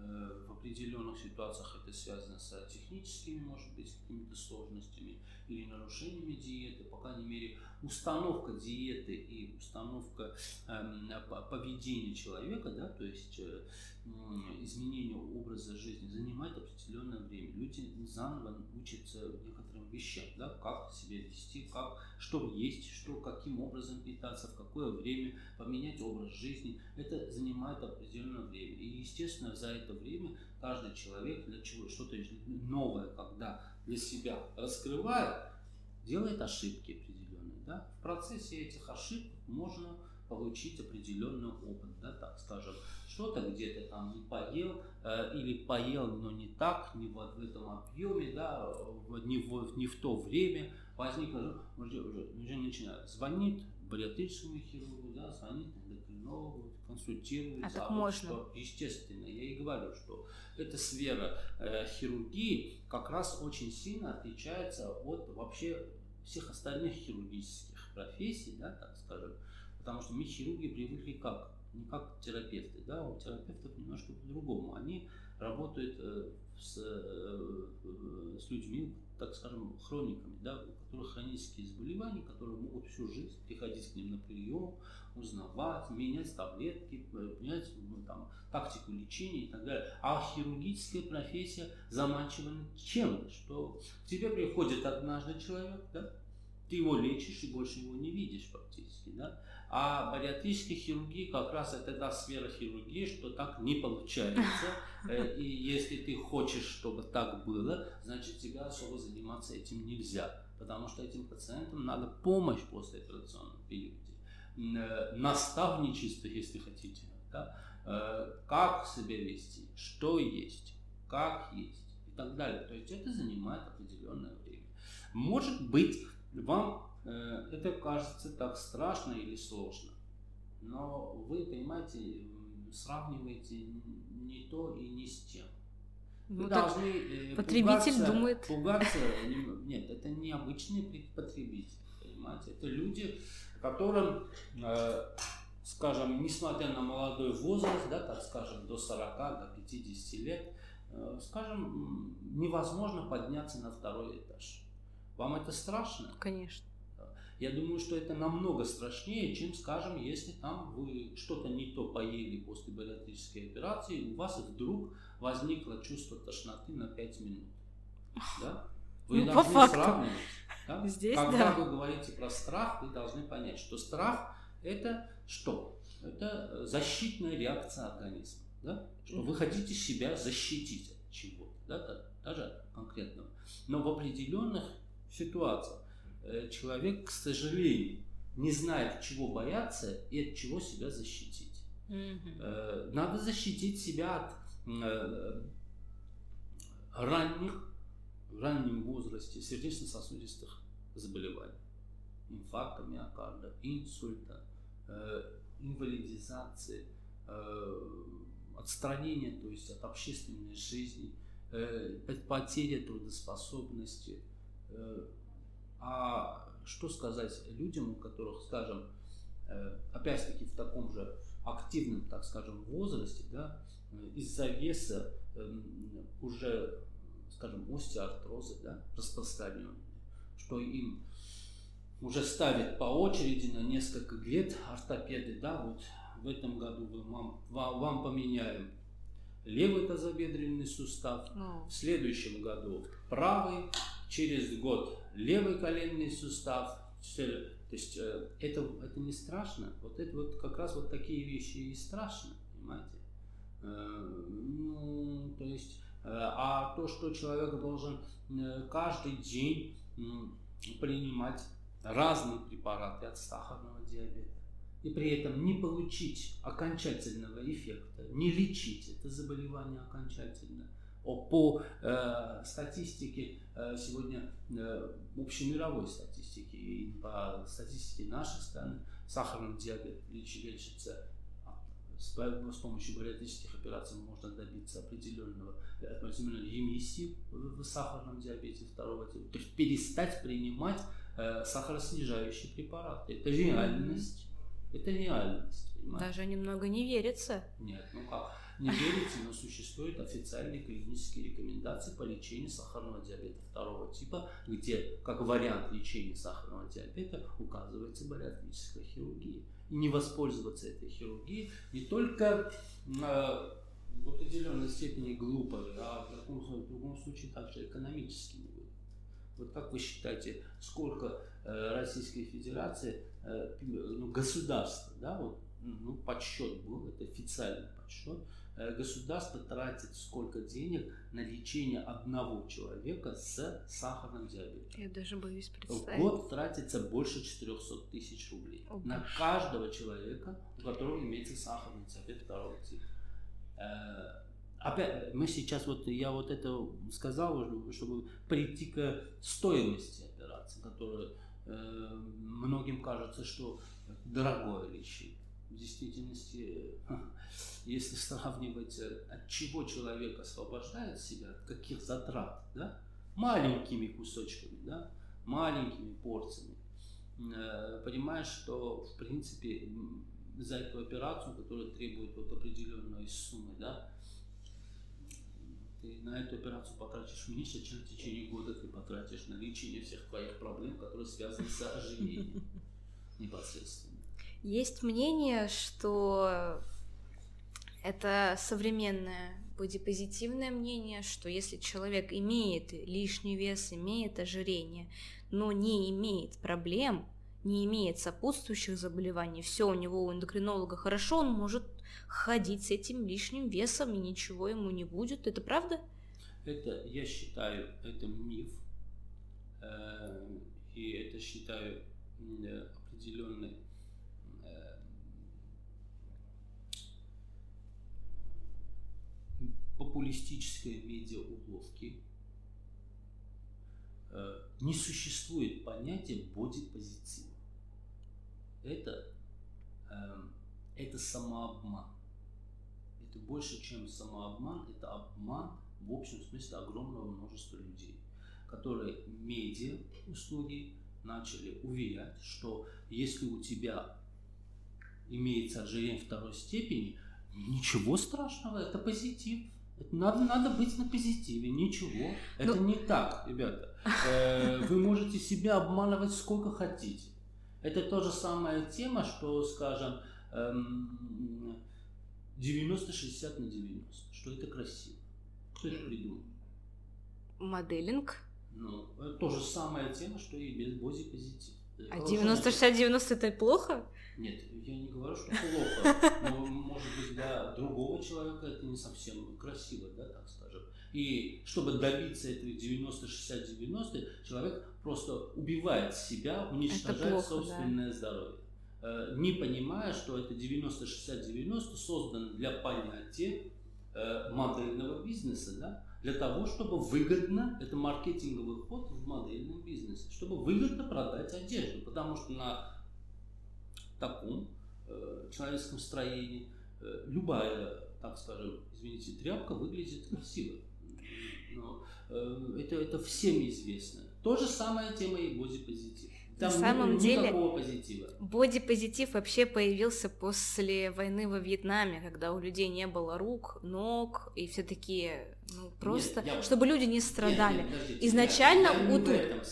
[SPEAKER 2] В определенных ситуациях это связано с техническими, может быть, какими-то сложностями или нарушениями диеты. По крайней мере, установка диеты и установка э, поведения человека, да, то есть э, изменение образа жизни занимает определенное время. Люди заново учатся некоторым вещам, да, как себя вести, как, что есть, что, каким образом питаться, в какое время, поменять образ жизни. Это занимает определенное время. И, естественно, за это время каждый человек для чего что-то новое, когда для себя раскрывает, делает ошибки определенные. Да? В процессе этих ошибок можно получить определенный опыт, да, так скажем, что-то где-то там не поел, э, или поел, но не так, не вот в этом объеме, да, в, не, в, не в то время, возникло, уже, уже, уже начинает, звонит бариатрическому хирургу, да, звонит эндокринологу, консультирует.
[SPEAKER 1] А так можно?
[SPEAKER 2] Что, естественно, я и говорю, что эта сфера э, хирургии как раз очень сильно отличается от вообще всех остальных хирургических профессий, да, так скажем. Потому что мы, хирурги, привыкли как? Не как терапевты. Да? У терапевтов немножко по-другому. Они работают э, с, э, с людьми, так скажем, хрониками, да, у которых хронические заболевания, которые могут всю жизнь приходить к ним на прием, узнавать, менять таблетки, менять ну, там, тактику лечения и так далее. А хирургическая профессия заманчива чем? Что к тебе приходит однажды человек, да? Ты его лечишь и больше его не видишь практически, да? А бариатрическая хирургия как раз это та сфера хирургии, что так не получается. И если ты хочешь, чтобы так было, значит тебе особо заниматься этим нельзя. Потому что этим пациентам надо помощь после операционного периода. Наставничество, если хотите. Да? Как себя вести, что есть, как есть и так далее. То есть это занимает определенное время. Может быть, вам э, это кажется так страшно или сложно, но вы, понимаете, сравниваете не то и не с тем. Вы
[SPEAKER 1] ну,
[SPEAKER 2] должны э,
[SPEAKER 1] потребитель
[SPEAKER 2] пугаться,
[SPEAKER 1] думает...
[SPEAKER 2] пугаться. Нет, это не обычные потребители, понимаете, это люди, которым, э, скажем, несмотря на молодой возраст, да, так скажем, до сорока, до пятидесяти лет, э, скажем, невозможно подняться на второй этаж. Вам это страшно?
[SPEAKER 1] Конечно.
[SPEAKER 2] Я думаю, что это намного страшнее, чем, скажем, если там вы что-то не то поели после бариатрической операции, и у вас вдруг возникло чувство тошноты на пять минут. Да? Вы
[SPEAKER 1] ну,
[SPEAKER 2] должны
[SPEAKER 1] по факту.
[SPEAKER 2] сравнивать. Да?
[SPEAKER 1] Здесь,
[SPEAKER 2] Когда
[SPEAKER 1] да.
[SPEAKER 2] вы говорите про страх, вы должны понять, что страх это что? Это защитная реакция организма. Да? Что вы хотите себя защитить от чего-то, да? Даже от конкретного. Но в определенных ситуациях человек, к сожалению, не знает, чего бояться и от чего себя защитить. Mm-hmm. Надо защитить себя от ранних, в раннем возрасте сердечно-сосудистых заболеваний. Инфаркта миокарда, инсульта, инвалидизации, отстранения, то есть от общественной жизни, потеря трудоспособности. А что сказать людям, у которых, скажем, опять-таки в таком же активном, так скажем, возрасте, да, из-за веса уже, скажем, остеоартрозы, да, распространенные, что им уже ставят по очереди на несколько лет ортопеды, да, вот в этом году вам, вам, вам поменяем левый тазобедренный сустав,
[SPEAKER 1] oh.
[SPEAKER 2] в следующем году правый, через год левый коленный сустав. То есть это, это не страшно. Вот это вот как раз вот такие вещи и страшно, понимаете? Ну, то есть, а то, что человек должен каждый день принимать разные препараты от сахарного диабета и при этом не получить окончательного эффекта, не лечить это заболевание окончательно. По э, статистике э, сегодня, э, общемировой статистике и по статистике нашей страны, сахарный диабет лечится с, с помощью бариатрических операций можно добиться определенного определенной ремиссии в, в сахарном диабете второго типа. То есть перестать принимать э, сахароснижающие препараты. Это реальность. Это реальность. Понимаете?
[SPEAKER 1] Даже немного не верится.
[SPEAKER 2] Нет, ну как? Не верите, но существуют официальные клинические рекомендации по лечению сахарного диабета второго типа, где как вариант лечения сахарного диабета указывается бариатрическая хирургия. И не воспользоваться этой хирургией не только э, в определенной степени глупо, а в другом, в другом случае также экономически не выгодно. Вот как вы считаете, сколько э, Российской Федерации, э, ну, государство, да, вот, ну, подсчет был, это официальный подсчет, государство тратит сколько денег на лечение одного человека с сахарным диабетом?
[SPEAKER 1] Я даже боюсь представить.
[SPEAKER 2] В год тратится больше четырехсот тысяч рублей. О, на каждого человека, у которого имеется сахарный диабет второго типа. Опять, мы сейчас, вот я вот это сказал, чтобы прийти к стоимости операции, которая э, многим кажется, что дорогое лечение. В действительности, если сравнивать, от чего человек освобождает себя, от каких затрат, да, маленькими кусочками, да, маленькими порциями, понимаешь, что в принципе за эту операцию, которая требует вот определенной суммы, да, ты на эту операцию потратишь меньше, чем в течение года ты потратишь на лечение всех твоих проблем, которые связаны с ожирением непосредственно.
[SPEAKER 1] Есть мнение, что это современное бодипозитивное мнение, что если человек имеет лишний вес, имеет ожирение, но не имеет проблем, не имеет сопутствующих заболеваний, все у него у эндокринолога хорошо, он может ходить с этим лишним весом и ничего ему не будет. Это правда?
[SPEAKER 2] Это, я считаю, это миф. И это считаю определенной популистической медиауловки. Не существует понятия бодипозитива. Это, это самообман. Это больше, чем самообман, это обман в общем смысле огромного множества людей, которые медиа услуги начали уверять, что если у тебя имеется ожирение второй степени, ничего страшного, это позитив. Это надо, надо быть на позитиве, ничего. Это ну... не так, ребята. Вы можете себя обманывать сколько хотите. Это та же самая тема, что, скажем, девяносто шестьдесят на девяносто. Что это красиво. Кто это придумал?
[SPEAKER 1] Моделинг.
[SPEAKER 2] Ну, это то же самая тема, что и без бодипозитив.
[SPEAKER 1] А девяносто шестьдесят девяносто это плохо?
[SPEAKER 2] Нет, я не говорю, что плохо. Но, может быть, для другого человека это не совсем красиво, да, так скажем. И чтобы добиться этого девяносто шестьдесят девяносто, человек просто убивает себя, уничтожает плохо, собственное да. здоровье. Не понимая, что это девяносто шестьдесят девяносто создано для понятия модельного бизнеса, да, для того, чтобы выгодно, это маркетинговый ход в модельном бизнесе, чтобы выгодно продать одежду, потому что на таком э, человеческом строении э, любая, так скажем, извините, тряпка выглядит красиво. Но э, это, это всем известно. То же самое тема и бодипозитив. Там
[SPEAKER 1] на самом деле
[SPEAKER 2] позитива.
[SPEAKER 1] Бодипозитив вообще появился после войны во Вьетнаме, когда у людей не было рук, ног, и все такие, ну просто, нет, я... чтобы люди не страдали.
[SPEAKER 2] Нет, нет, подождите,
[SPEAKER 1] изначально
[SPEAKER 2] я, я
[SPEAKER 1] у
[SPEAKER 2] не
[SPEAKER 1] тут...
[SPEAKER 2] в этом смысле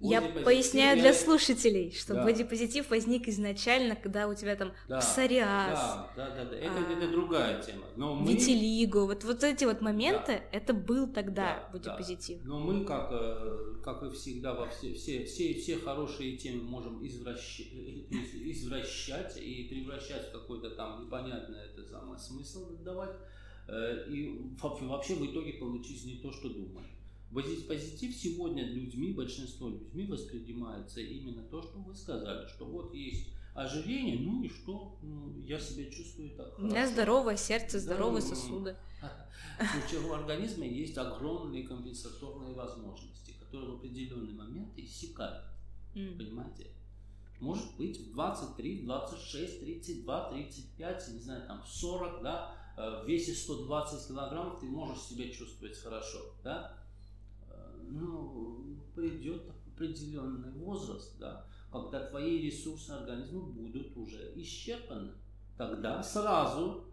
[SPEAKER 1] Я
[SPEAKER 2] Бодипозитив,
[SPEAKER 1] поясняю
[SPEAKER 2] я-
[SPEAKER 1] для слушателей, что
[SPEAKER 2] Да.
[SPEAKER 1] бодипозитив возник изначально, когда у тебя там
[SPEAKER 2] Да,
[SPEAKER 1] псориаз,
[SPEAKER 2] да, да, да, да. Это,
[SPEAKER 1] а,
[SPEAKER 2] это другая тема. Но мы,
[SPEAKER 1] витилиго, вот, вот эти вот моменты,
[SPEAKER 2] Да.
[SPEAKER 1] это был тогда
[SPEAKER 2] да,
[SPEAKER 1] бодипозитив.
[SPEAKER 2] да. Но мы, как, э, как и всегда, во все, все, все, все хорошие темы можем извращ- э, извращать и превращать в какой-то там непонятный это самый смысл давать. Э, И во- вообще в итоге получить не то, что думали. Позитив сегодня людьми, большинство людьми воспринимается именно то, что вы сказали, что вот есть ожирение, ну и что, ну, я себя чувствую так
[SPEAKER 1] У меня
[SPEAKER 2] хорошо.
[SPEAKER 1] здоровое сердце,
[SPEAKER 2] Да,
[SPEAKER 1] здоровые
[SPEAKER 2] ну,
[SPEAKER 1] сосуды.
[SPEAKER 2] У человека в организме есть огромные компенсаторные возможности, которые в определенный момент иссякают,
[SPEAKER 1] М.
[SPEAKER 2] понимаете? Может быть в двадцать три, двадцать шесть, тридцать два, тридцать пять, не знаю, там сорок, да, э, в весе сто двадцать килограмм ты можешь себя чувствовать хорошо, да? Э, Ну, придет определенный возраст, да, когда твои ресурсы организма будут уже исчерпаны. Тогда сразу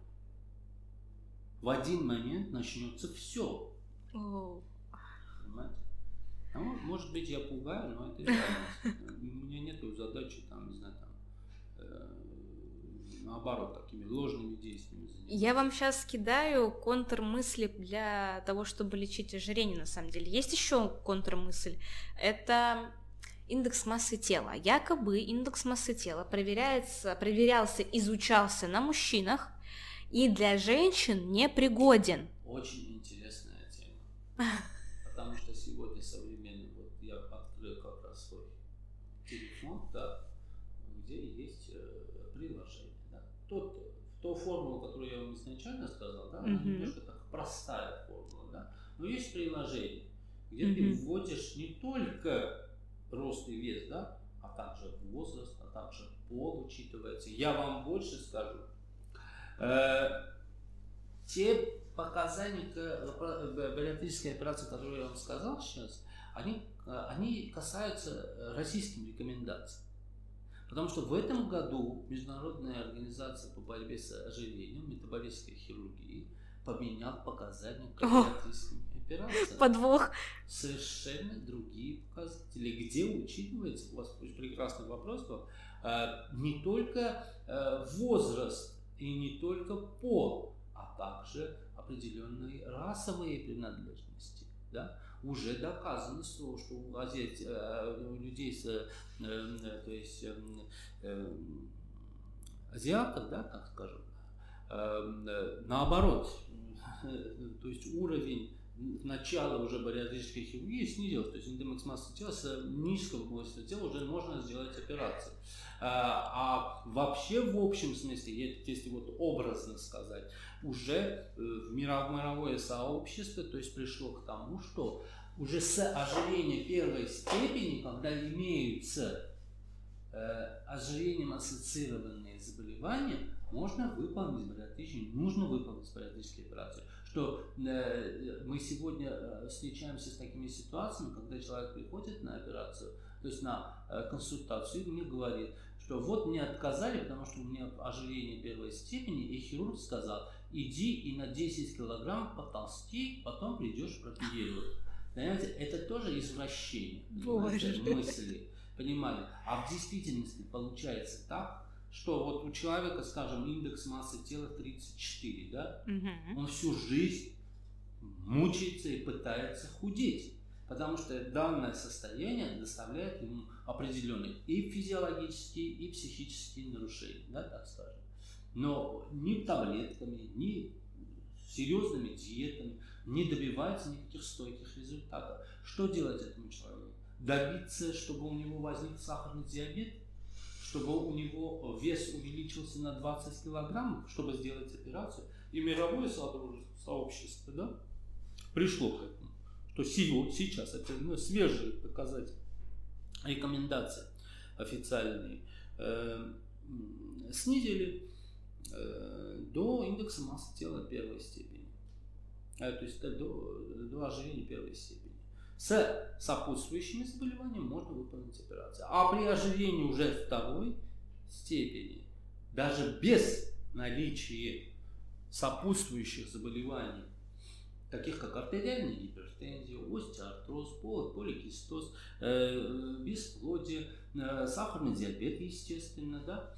[SPEAKER 2] в один момент начнется все,
[SPEAKER 1] О,
[SPEAKER 2] понимаете? А может, может быть, я пугаю, но это реальность. У меня нету задачи, там, не знаю, там, э, наоборот, такими ложными действиями заниматься.
[SPEAKER 1] Я вам сейчас кидаю контрмысли для того, чтобы лечить ожирение, на самом деле. Есть еще контрмысль. Это индекс массы тела. Якобы индекс массы тела проверяется, проверялся, изучался на мужчинах и для женщин не пригоден.
[SPEAKER 2] Очень интересная тема. Потому что сегодня современный, вот я открыл как раз свой телефон, да, где есть э, приложение. Да. Тот, ту формулу, которую я вам изначально сказал, да, она
[SPEAKER 1] Мгм.
[SPEAKER 2] немножко так простая формула, да, но есть приложение, где
[SPEAKER 1] Мгм.
[SPEAKER 2] ты вводишь не только рост и вес, да, а также возраст, а также пол учитывается. Я вам больше скажу. Э, те показания к э, бариатрической операции, которые я вам сказал сейчас, они, э, они касаются российских рекомендаций. Потому что в этом году Международная организация по борьбе с ожирением, метаболической хирургии поменял показания к
[SPEAKER 1] О.
[SPEAKER 2] бариатрическим операциям.
[SPEAKER 1] Подвох.
[SPEAKER 2] Совершенно другие показатели, где учитывается, у вас прекрасный вопрос был, э, не только э, возраст и не только пол, а также определенные расовые принадлежности. Да? Уже доказано, что у, азиат, э, у людей с, э, э, то есть, э, э, азиатов, да, так скажем, э, э, наоборот, то есть уровень начала уже бариатрической хирургии снизился, то есть индекс массы тела с низкого массы тела уже можно сделать операцию. А, а вообще в общем смысле, если вот образно сказать, уже в мировое сообщество, то есть пришло к тому, что уже с ожирения первой степени, когда имеются э, ожирением ассоциированные заболевания, можно выполнить бариатрические, нужно выполнить бариатрические операции. Что э, мы сегодня э, встречаемся с такими ситуациями, когда человек приходит на операцию, то есть на э, консультацию, и мне говорит, что вот мне отказали, потому что у меня ожирение первой степени, и хирург сказал, иди и на десять килограмм потолстей, потом придешь пропедировать. Понимаете, это тоже извращение мысли, понимаете? А в действительности получается так, что вот у человека, скажем, индекс массы тела тридцать четыре, да,
[SPEAKER 1] Мгм.
[SPEAKER 2] он всю жизнь мучается и пытается худеть, потому что данное состояние доставляет ему определенные и физиологические, и психические нарушения, да, так скажем. Но ни таблетками, ни серьезными диетами не добивается никаких стойких результатов. Что делать этому человеку? Добиться, чтобы у него возник сахарный диабет? Чтобы у него вес увеличился на двадцать килограммов, чтобы сделать операцию. И мировое сообщество, да, пришло к этому. Что сейчас, это ну, свежие показатели, рекомендации официальные, э, снизили э, до индекса массы тела первой степени. Э, то есть до, до ожирения первой степени. С сопутствующими заболеваниями можно выполнить операцию. А при ожирении уже второй степени, даже без наличия сопутствующих заболеваний, таких как артериальная гипертензия, остеоартроз, поликистоз, э, бесплодие, э, сахарный диабет, естественно, да,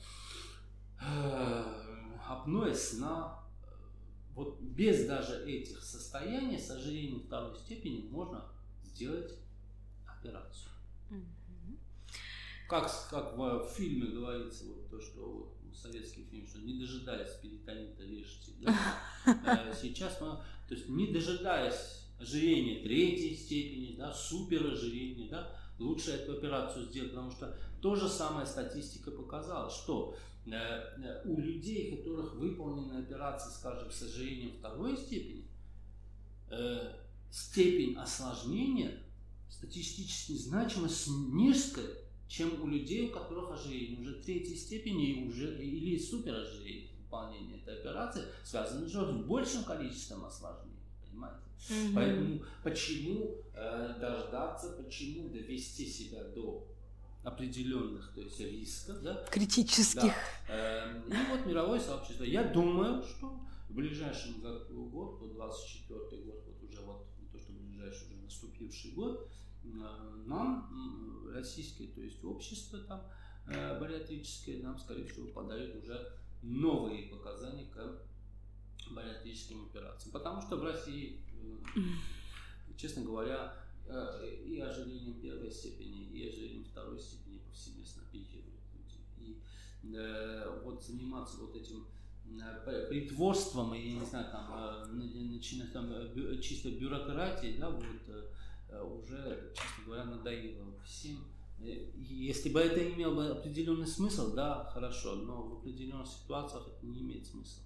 [SPEAKER 2] э, апноэ сна. Вот без даже этих состояний с ожирением второй степени можно сделать операцию. Mm-hmm. Как, как в фильме говорится, вот то, что вот, советский фильм, что не дожидаясь перитонита режьте. Да? Сейчас мы, то есть не дожидаясь ожирения третьей степени, да, суперожирения, да, лучше эту операцию сделать, потому что то же самое статистика показала, что у людей, у которых выполнена операция, скажем, с ожирением второй степени, э, степень осложнения статистически значимо низкая, чем у людей, у которых ожирение уже третьей степени уже, или суперожирение. Выполнение этой операции связано же с большим количеством осложнений, понимаете? Mm-hmm. Поэтому почему э, дождаться, почему довести себя до определенных, то есть рисков, да,
[SPEAKER 1] критических.
[SPEAKER 2] Да. И вот мировое сообщество. Я думаю, что в ближайшем году, год, вот двадцать четвёртый год, вот уже вот то, что ближайший уже наступивший год, нам российское, то есть общество там бариатрическое, нам, скорее всего, подает уже новые показания к бариатрическим операциям, потому что в России, честно говоря, и ожирением первой степени, и ожирением второй степени повсеместно оперируют люди. И э, вот заниматься вот этим э, притворством, и, я не знаю, там, начиная там бю, чисто бюрократией, да, вот, э, уже, честно говоря, надоело всем. И если бы это имело бы определенный смысл, да, хорошо, но в определенных ситуациях это не имеет смысла.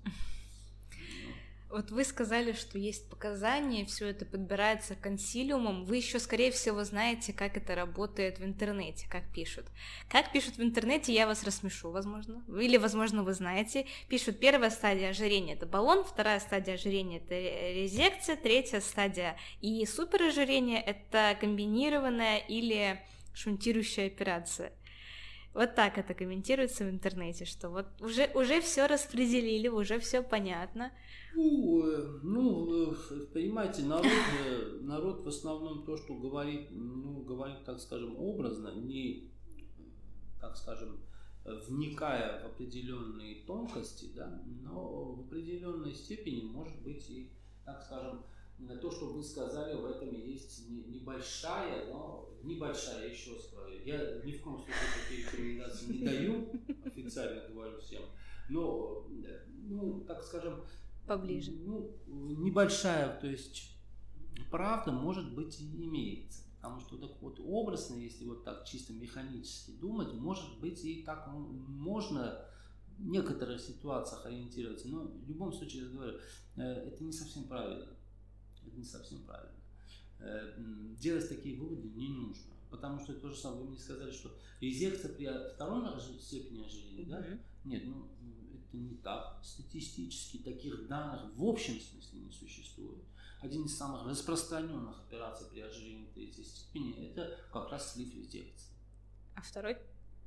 [SPEAKER 1] Вот вы сказали, что есть показания, все это подбирается консилиумом. Вы еще, скорее всего, знаете, как это работает в интернете, как пишут. Как пишут в интернете, я вас рассмешу, возможно. Или, возможно, вы знаете. Пишут: первая стадия ожирения – это баллон, вторая стадия ожирения – это резекция, третья стадия и суперожирение – это комбинированная или шунтирующая операция. Вот так это комментируется в интернете, что вот уже, уже все распределили, уже все понятно.
[SPEAKER 2] Ну, ну, понимаете, народ, народ в основном то, что говорит, ну, говорит, так скажем, образно, не, так скажем, вникая в определенные тонкости, да, но в определенной степени, может быть, и, так скажем, то, что вы сказали, в этом есть небольшая, но небольшая, еще раз говорю, я ни в коем случае такие рекомендации не даю, официально говорю всем, но, ну, так скажем,
[SPEAKER 1] поближе.
[SPEAKER 2] Ну, небольшая, то есть правда, может быть, и имеется. Потому что так вот образно, если вот так чисто механически думать, может быть, и так можно в некоторых ситуациях ориентироваться. Но в любом случае, я говорю, это не совсем правильно. Это не совсем правильно. Делать такие выводы не нужно. Потому что то же самое, вы мне сказали, что резекция при второй степени ожирения, mm-hmm. да? Нет, ну это не так. Статистически таких данных в общем смысле не существует. Один из самых распространенных операций при ожирении третьей степени – это как раз слив резекции.
[SPEAKER 1] А второй?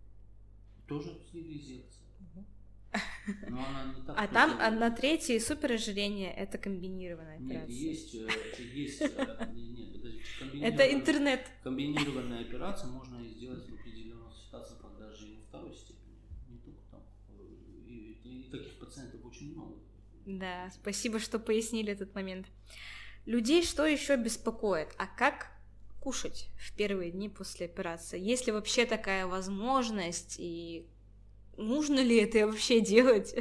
[SPEAKER 2] Тоже слив резекции. Угу. Но она не так.
[SPEAKER 1] А там а на третьей суперожирение – это комбинированная операция.
[SPEAKER 2] Нет, есть, есть, нет, подождите,
[SPEAKER 1] это интернет.
[SPEAKER 2] Комбинированная операция можно сделать в определенных ситуациях, когда ожирение второй степени. Не только там. И, и таких пациентов очень много.
[SPEAKER 1] Да, спасибо, что пояснили этот момент. Людей что еще беспокоит? А как кушать в первые дни после операции? Есть ли вообще такая возможность? И нужно ли это вообще делать?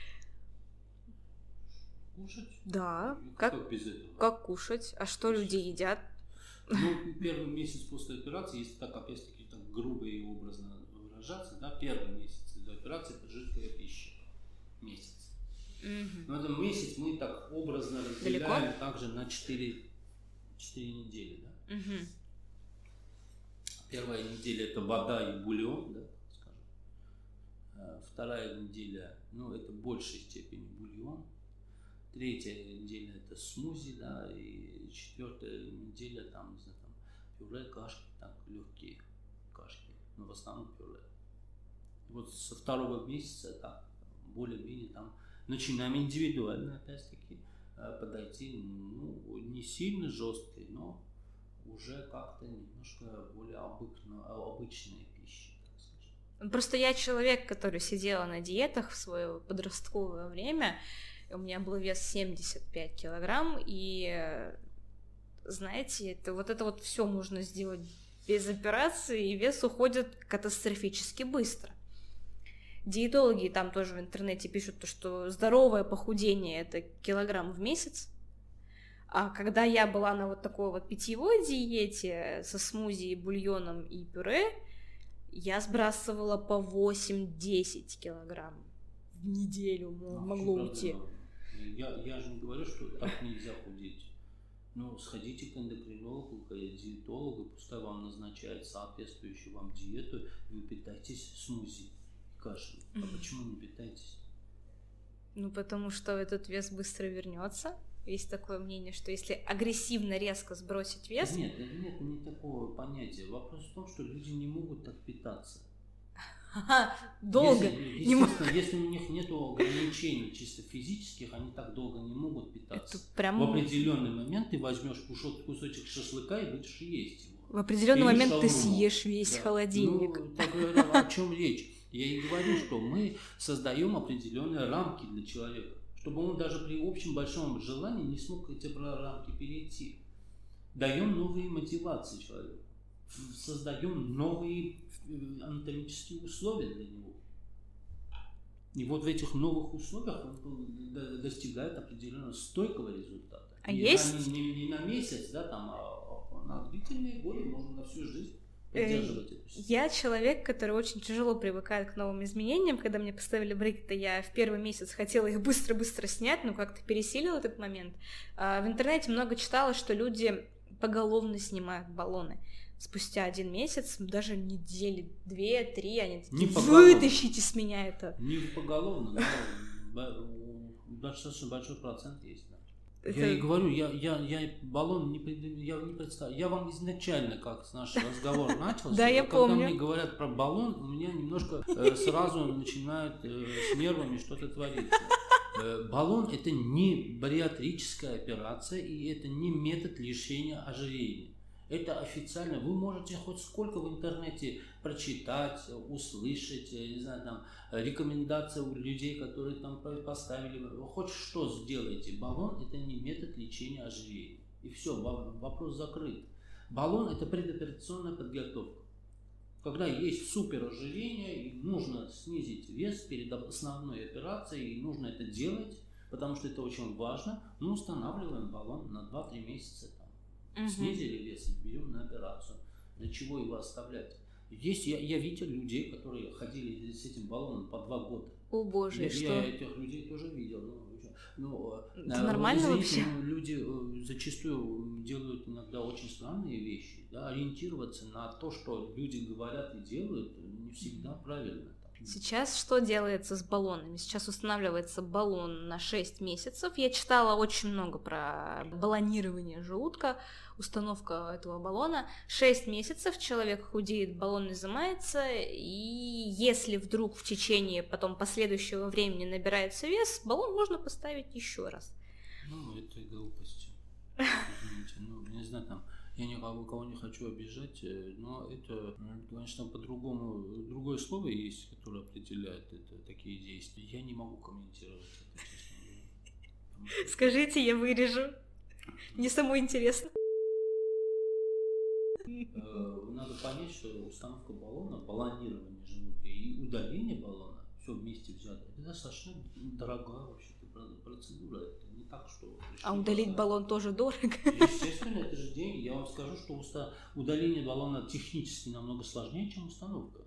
[SPEAKER 2] Кушать?
[SPEAKER 1] Да.
[SPEAKER 2] Ну,
[SPEAKER 1] как,
[SPEAKER 2] без этого?
[SPEAKER 1] Как кушать? А что кушать? Люди едят?
[SPEAKER 2] Ну, первый месяц после операции, если так опять-таки так грубо и образно выражаться, да, первый месяц до операции – это жидкая пища. Месяц.
[SPEAKER 1] Mm-hmm.
[SPEAKER 2] Но этот месяц мы так образно разделяем также на четыре недели. Да?
[SPEAKER 1] Mm-hmm.
[SPEAKER 2] Первая неделя – это вода и бульон, да, скажем. А вторая неделя, ну, это в большей степени бульон. Третья неделя – это смузи, да, и четвертая неделя, там, не знаю, там, пюре, кашки, так, легкие кашки, но в основном пюре. Вот со второго месяца, так, более-менее там начинаем индивидуально, опять-таки, подойти, ну, не, сильно жесткой, но уже как-то немножко более обычная, обычная пища, так скажем.
[SPEAKER 1] Просто я человек, который сидела на диетах в свое подростковое время. У меня был вес семьдесят пять килограмм, и, знаете, это, вот это вот все можно сделать без операции, и вес уходит катастрофически быстро. Диетологи там тоже в интернете пишут, что здоровое похудение — это килограмм в месяц. А когда я была на вот такой вот питьевой диете со смузи, бульоном и пюре, я сбрасывала по восемь-десять килограмм в неделю,
[SPEAKER 2] А,
[SPEAKER 1] могло уйти.
[SPEAKER 2] Я, я же не говорю, что так нельзя худеть. Ну, сходите к эндокринологу, к диетологу, пускай вам назначает соответствующую вам диету, и вы питайтесь смузи, кашей. А mm-hmm. почему не питаетесь?
[SPEAKER 1] Ну, потому что этот вес быстро вернется. Есть такое мнение, что если агрессивно резко сбросить вес...
[SPEAKER 2] Нет, нет, не такого понятия. Вопрос в том, что люди не могут так питаться.
[SPEAKER 1] Долго.
[SPEAKER 2] Если, естественно, если у них нет ограничений чисто физических, они так долго не могут питаться.
[SPEAKER 1] Прям...
[SPEAKER 2] В определенный момент ты возьмешь кусочек шашлыка и будешь есть его.
[SPEAKER 1] В определенный Или момент
[SPEAKER 2] шаурму.
[SPEAKER 1] Ты съешь весь да. холодильник.
[SPEAKER 2] Ну, так, о чем речь? Я и говорю, что мы создаем определенные рамки для человека, чтобы он даже при общем большом желании не смог эти рамки перейти. Даем новые мотивации человеку, создаем новые анатомические условия для него. И вот в этих новых условиях он достигает определенного стойкого результата.
[SPEAKER 1] А
[SPEAKER 2] не,
[SPEAKER 1] есть?
[SPEAKER 2] На, не, не на месяц, да, там, а на длительные годы, можно на всю жизнь поддерживать эту систему.
[SPEAKER 1] Я человек, который очень тяжело привыкает к новым изменениям. Когда мне поставили брекеты, я в первый месяц хотела их быстро-быстро снять, но как-то пересилила этот момент. В интернете много читала, что люди поголовно снимают баллоны. Спустя один месяц, даже недели две-три, они такие: вытащите с меня это.
[SPEAKER 2] Не поголовно, но достаточно большой процент есть. Да.
[SPEAKER 1] Это...
[SPEAKER 2] Я и говорю, я, я, я баллон не, я не представляю. Я вам изначально, как наш разговор начался,
[SPEAKER 1] да, я
[SPEAKER 2] когда
[SPEAKER 1] помню.
[SPEAKER 2] мне говорят про баллон, у меня немножко э, сразу начинает э, с нервами что-то твориться. Э, баллон — это не бариатрическая операция, и это не метод лечения ожирения. Это официально. Вы можете хоть сколько в интернете прочитать, услышать, не знаю, там, рекомендации у людей, которые там поставили. Хоть что сделайте. Баллон — это не метод лечения ожирения. И все, вопрос закрыт. Баллон — это предоперационная подготовка. Когда есть суперожирение, и нужно снизить вес перед основной операцией, и нужно это делать, потому что это очень важно, мы устанавливаем баллон на два-три месяца. Угу. Снизили вес и берем на операцию. Для чего его оставлять? Есть, я, я видел людей, которые ходили с этим баллоном по два года.
[SPEAKER 1] О боже,
[SPEAKER 2] я,
[SPEAKER 1] что?
[SPEAKER 2] Я этих людей тоже видел. Ну, ну,
[SPEAKER 1] это нормально
[SPEAKER 2] извините,
[SPEAKER 1] вообще?
[SPEAKER 2] Ну, люди зачастую делают иногда очень странные вещи. Да? Ориентироваться на то, что люди говорят и делают, не всегда правильно.
[SPEAKER 1] Сейчас что делается с баллонами? Сейчас устанавливается баллон на шесть месяцев. Я читала очень много про баллонирование желудка, установка этого баллона. шесть месяцев человек худеет, баллон изымается, и если вдруг в течение потом последующего времени набирается вес, баллон можно поставить еще раз.
[SPEAKER 2] Ну, это глупость. Извините, ну, не знаю, там... Я никого кого не хочу обижать, но это, конечно, по-другому, другое слово есть, которое определяет это, такие действия. Я не могу комментировать это, честно говоря.
[SPEAKER 1] Скажите, я вырежу. Мне самой интересно.
[SPEAKER 2] Надо понять, что установка баллона, баллонирование желудка и удаление баллона, все вместе взято, это достаточно дорогая вообще-то процедура. Это не так, что...
[SPEAKER 1] А удалить поставить. Баллон тоже дорого?
[SPEAKER 2] Естественно, это же деньги. Я вам скажу, что уста... удаление баллона технически намного сложнее, чем установка.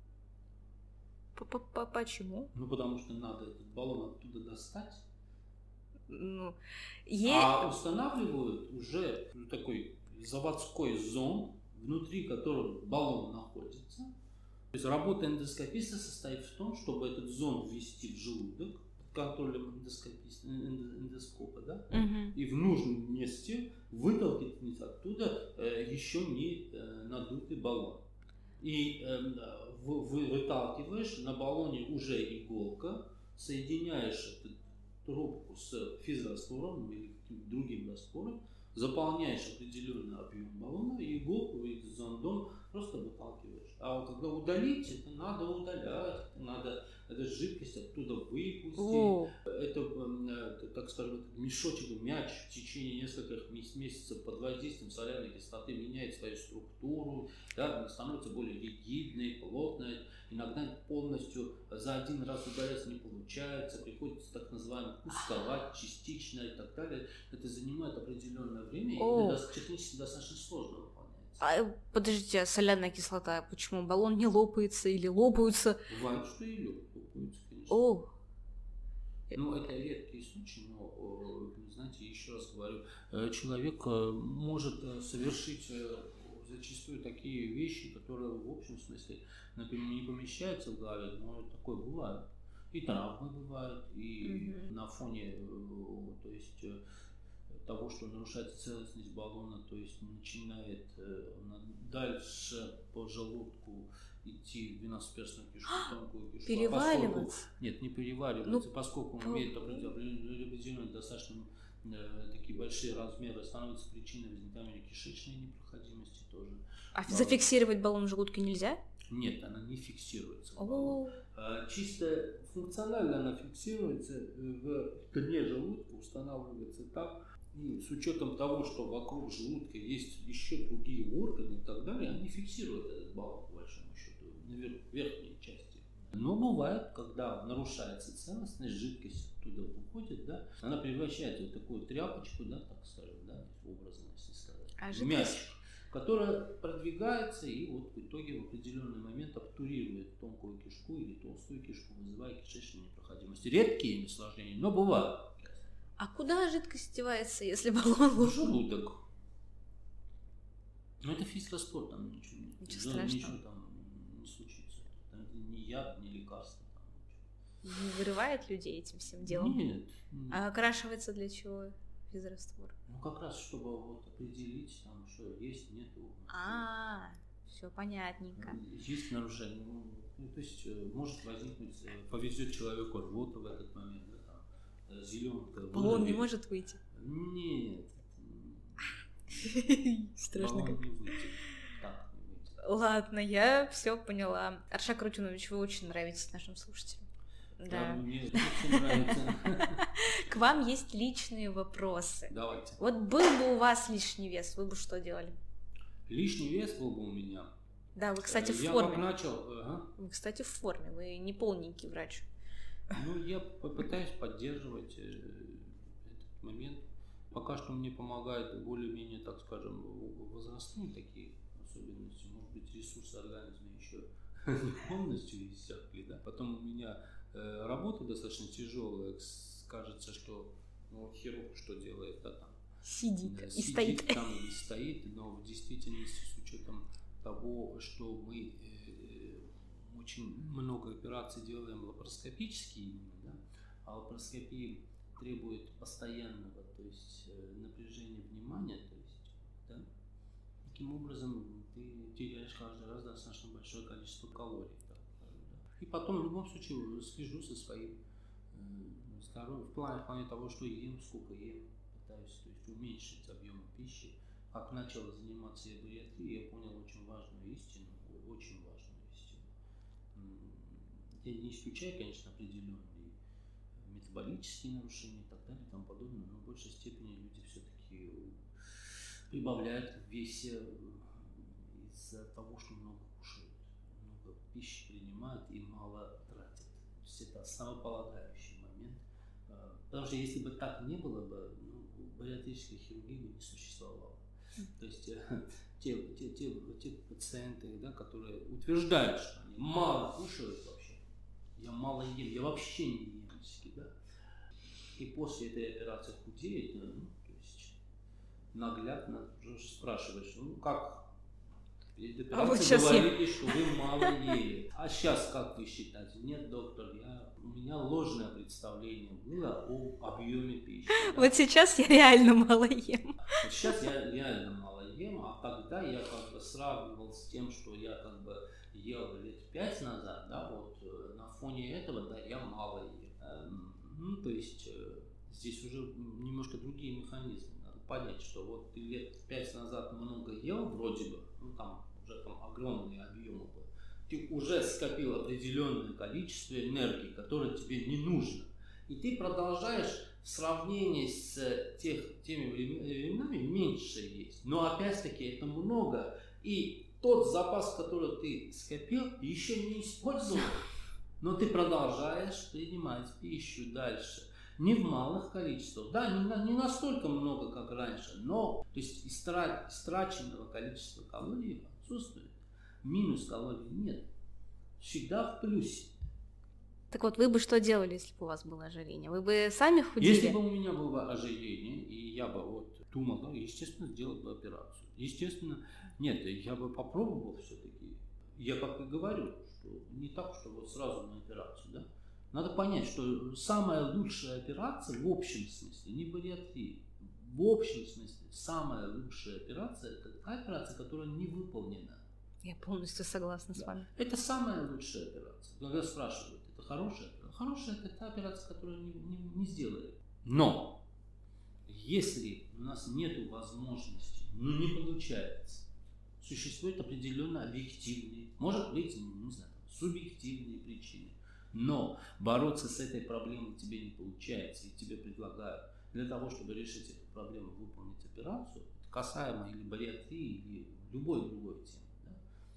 [SPEAKER 1] Почему?
[SPEAKER 2] Ну, потому что надо этот баллон оттуда достать.
[SPEAKER 1] Ну,
[SPEAKER 2] е... А устанавливают уже такой заводской зонд, внутри которого баллон находится. То есть работа эндоскописта состоит в том, чтобы этот зонд ввести в желудок, контролем эндоскопа, да,
[SPEAKER 1] угу.
[SPEAKER 2] и в нужном месте вытолкнуть оттуда э, еще не э, надутый баллон. И э, в, вы выталкиваешь, на баллоне уже иголка, соединяешь эту трубку с физраствором или каким-то другим раствором, заполняешь определенный объем баллона и иголку с зондом просто выталкиваешь. А вот когда удалить, это надо удалять, это надо эту жидкость оттуда выпустить.
[SPEAKER 1] О.
[SPEAKER 2] Это, это, так скажем, этот мешочек, мяч в течение нескольких месяцев под воздействием соляной кислоты меняет свою структуру, да, становится более ригидной, плотной. Иногда полностью за один раз удалять не получается, приходится так называемо кусковать частично и так далее. Это занимает определенное время
[SPEAKER 1] О.
[SPEAKER 2] и технически достаточно сложно выполняется.
[SPEAKER 1] А, подождите, а соляная кислота, почему баллон не лопается или лопаются?
[SPEAKER 2] Бывает, что и лопаются, конечно.
[SPEAKER 1] О.
[SPEAKER 2] Ну, это редкие случаи, но, знаете, еще раз говорю, человек может совершить зачастую такие вещи, которые в общем смысле, например, не помещаются в голове, но такое бывает. И травмы бывают, и
[SPEAKER 1] Мгм.
[SPEAKER 2] на фоне, то есть, того, что нарушается целостность баллона, то есть начинает дальше по желудку идти в двенадцатиперстную кишку, тонкую кишку.
[SPEAKER 1] Перевариваться?
[SPEAKER 2] А поскольку, нет, не переваривается, ну, поскольку он имеет определенные достаточно э, такие большие размеры, становится причиной возникновения кишечной непроходимости тоже.
[SPEAKER 1] А баллон. Зафиксировать баллон в желудке нельзя?
[SPEAKER 2] Нет, она не фиксируется.
[SPEAKER 1] О.
[SPEAKER 2] А, чисто функционально она фиксируется в дне желудка, устанавливается так. И с учетом того, что вокруг желудка есть еще другие органы и так далее, они фиксируют этот баллон, по большому счету, наверх, в верхней части. Но бывает, когда нарушается целостность, жидкость оттуда выходит, да, она превращается в такую тряпочку, да, так скажем, да, образно, если сказать,
[SPEAKER 1] а
[SPEAKER 2] мячик, которая продвигается и вот в итоге в определенный момент обтурирует тонкую кишку или толстую кишку, вызывая кишечную непроходимость. Редкие осложнения, но бывают.
[SPEAKER 1] А куда жидкость девается, если баллон лопнул?
[SPEAKER 2] Желудок. Ну это физраствор, там ничего нет.
[SPEAKER 1] Ничего
[SPEAKER 2] страшного.
[SPEAKER 1] Ничего
[SPEAKER 2] там не случится. Там ни яд, ни лекарство. Там
[SPEAKER 1] не вырывает людей этим всем делом?
[SPEAKER 2] Нет. нет.
[SPEAKER 1] А окрашивается для чего физраствор?
[SPEAKER 2] Ну как раз, чтобы вот определить, там, что есть, нету.
[SPEAKER 1] А, все понятненько.
[SPEAKER 2] Есть нарушение. Ну, то есть может возникнуть, повезет человеку рвота в этот момент. Зеленка.
[SPEAKER 1] Баллон не может выйти?
[SPEAKER 2] Нет.
[SPEAKER 1] Страшно как.
[SPEAKER 2] Не выйти. Так, не выйти.
[SPEAKER 1] Ладно, я все поняла. Аршак Рутюнович, вы очень нравитесь нашим слушателям. Да.
[SPEAKER 2] Мне очень нравится.
[SPEAKER 1] К вам есть личные вопросы.
[SPEAKER 2] Давайте.
[SPEAKER 1] Вот был бы у вас лишний вес, вы бы что делали?
[SPEAKER 2] Лишний вес был бы у меня?
[SPEAKER 1] Да, вы, кстати, в
[SPEAKER 2] я
[SPEAKER 1] форме.
[SPEAKER 2] Я как начал... Ага.
[SPEAKER 1] Вы, кстати, в форме, вы не полненький врач.
[SPEAKER 2] Ну, я попытаюсь поддерживать этот момент. Пока что мне помогает более-менее, так скажем, возрастные такие особенности. Может быть, ресурсы организма еще не полностью иссякли, да? Потом у меня э, работа достаточно тяжелая. Кажется, что ну, хирург что делает, да, там.
[SPEAKER 1] Сидит
[SPEAKER 2] Да,
[SPEAKER 1] и
[SPEAKER 2] сидит
[SPEAKER 1] стоит.
[SPEAKER 2] Там и стоит, но в действительности с учетом того, что мы очень много операций делаем лапароскопические, да? А лапароскопия требует постоянного, то есть напряжения внимания, то есть, да? Таким образом ты теряешь каждый раз достаточно большое количество калорий. Так, да? И потом в любом случае слежу со своим э, здоровьем в плане, в плане того, что ем, сколько ем, пытаюсь то есть, уменьшить объемы пищи. Как начал заниматься я бариатрией, я понял очень важную истину, очень важную. Я не исключаю, конечно, определенные метаболические нарушения и так далее и тому подобное, но в большей степени люди все-таки прибавляют в весе из-за того, что много кушают, много пищи принимают и мало тратят. То есть это основополагающий момент. Потому что если бы так не было бы, ну, бариатрической хирургии бы не существовало. То есть те, те, те, те пациенты, да, которые утверждают, что они мало кушают вообще, я мало ем, я вообще не ем, да, и после этой операции худеет, ну, то есть наглядно уже спрашиваешь, ну как, перед операцией а вот говорили, я... что вы мало ели, а сейчас как вы считаете? Нет, доктор, я, у меня ложное представление было о объеме пищи. Да?
[SPEAKER 1] Вот сейчас я реально мало ем.
[SPEAKER 2] Вот сейчас я реально мало ем, а тогда я как бы сравнивал с тем, что я как бы ел лет пять назад, да, вот на фоне этого, да, я мало ем. Ну, то есть здесь уже немножко другие механизмы надо понять, что вот ты лет пять назад много ел, вроде бы, ну там уже там огромные объемы были, ты уже скопил определенное количество энергии, которое тебе не нужно. И ты продолжаешь в сравнении с тех, теми временами меньше есть. Но опять-таки это много. И тот запас, который ты скопил, еще не использовал. Но ты продолжаешь принимать пищу дальше. Не в малых количествах. Да, не, на, не настолько много, как раньше. Но то есть истра, истраченного количества калорий отсутствует. Минус калорий нет. Всегда в плюсе.
[SPEAKER 1] Так вот, вы бы что делали, если бы у вас было ожирение? Вы бы сами худели?
[SPEAKER 2] Если бы у меня было ожирение, и я бы вот думал, да, естественно, сделал бы операцию. Естественно, нет, я бы попробовал все-таки. Я как и говорю, что не так, что вот сразу на операцию, да. Надо понять, что самая лучшая операция в общем смысле, не бариатрия, в общем смысле, самая лучшая операция – это та операция, которая не выполнена.
[SPEAKER 1] Я полностью согласна
[SPEAKER 2] да.
[SPEAKER 1] с вами.
[SPEAKER 2] Это самая лучшая операция. Когда спрашивают, это хорошая операция? Хорошая – это та операция, которую не, не, не сделали. Но если у нас нет возможности, ну не получается, существуют определенно объективные, может быть, не знаю, субъективные причины. Но бороться с этой проблемой тебе не получается, и тебе предлагают для того, чтобы решить эту проблему, выполнить операцию, касаемо или бариатрии, или любой другой темы, да,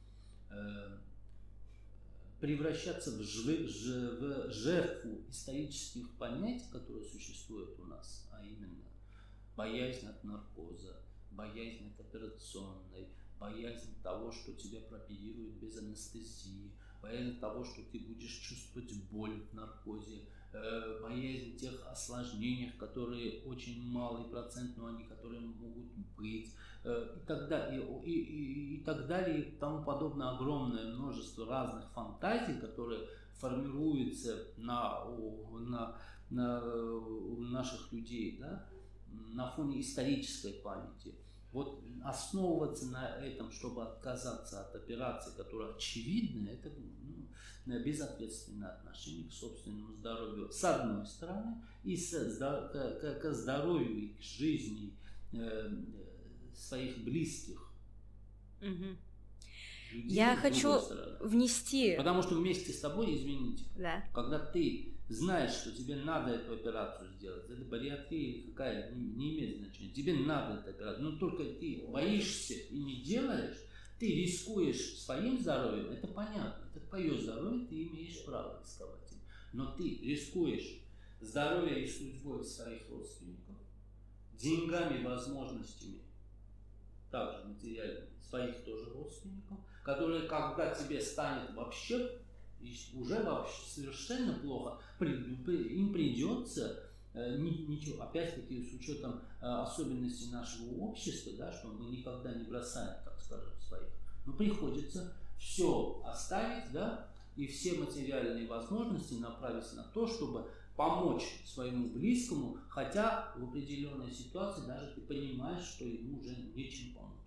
[SPEAKER 2] э, превращаться в, жвы, ж, в жертву исторических понятий, которые существуют у нас, а именно боязнь от наркоза, боязнь от операционной, боязнь того, что тебя прооперируют без анестезии, боязнь того, что ты будешь чувствовать боль в наркозе, э, боязнь тех осложнений, которые очень малый процент, но они которые могут быть, э, и, так далее, и, и, и, и так далее, и тому подобное огромное множество разных фантазий, которые формируются на, на, на, у наших людей, да, на фоне исторической памяти. Вот основываться на этом, чтобы отказаться от операции, которая очевидна, это ну, безответственное отношение к собственному здоровью с одной стороны, и с, к, к здоровью и к жизни э, своих близких.
[SPEAKER 1] Угу.
[SPEAKER 2] Людей,
[SPEAKER 1] Я хочу внести...
[SPEAKER 2] Потому что вместе с тобой, извините,
[SPEAKER 1] да.
[SPEAKER 2] когда ты знаешь, что тебе надо эту операцию сделать, это бариатрия или какая, не, не имеет значения, тебе надо эту операцию, но только ты боишься и не делаешь, ты рискуешь своим здоровьем, это понятно, это твое здоровье, ты имеешь право рисковать им, но ты рискуешь здоровьем и судьбой своих родственников, деньгами, возможностями, также материальными, своих тоже родственников, которые, когда тебе станет вообще уже вообще совершенно плохо, им придется, ничего, опять-таки с учетом особенностей нашего общества, да, что мы никогда не бросаем, так скажем, своих, но приходится все оставить, да, и все материальные возможности направить на то, чтобы помочь своему близкому, хотя в определенной ситуации даже ты понимаешь, что ему уже нечем помочь.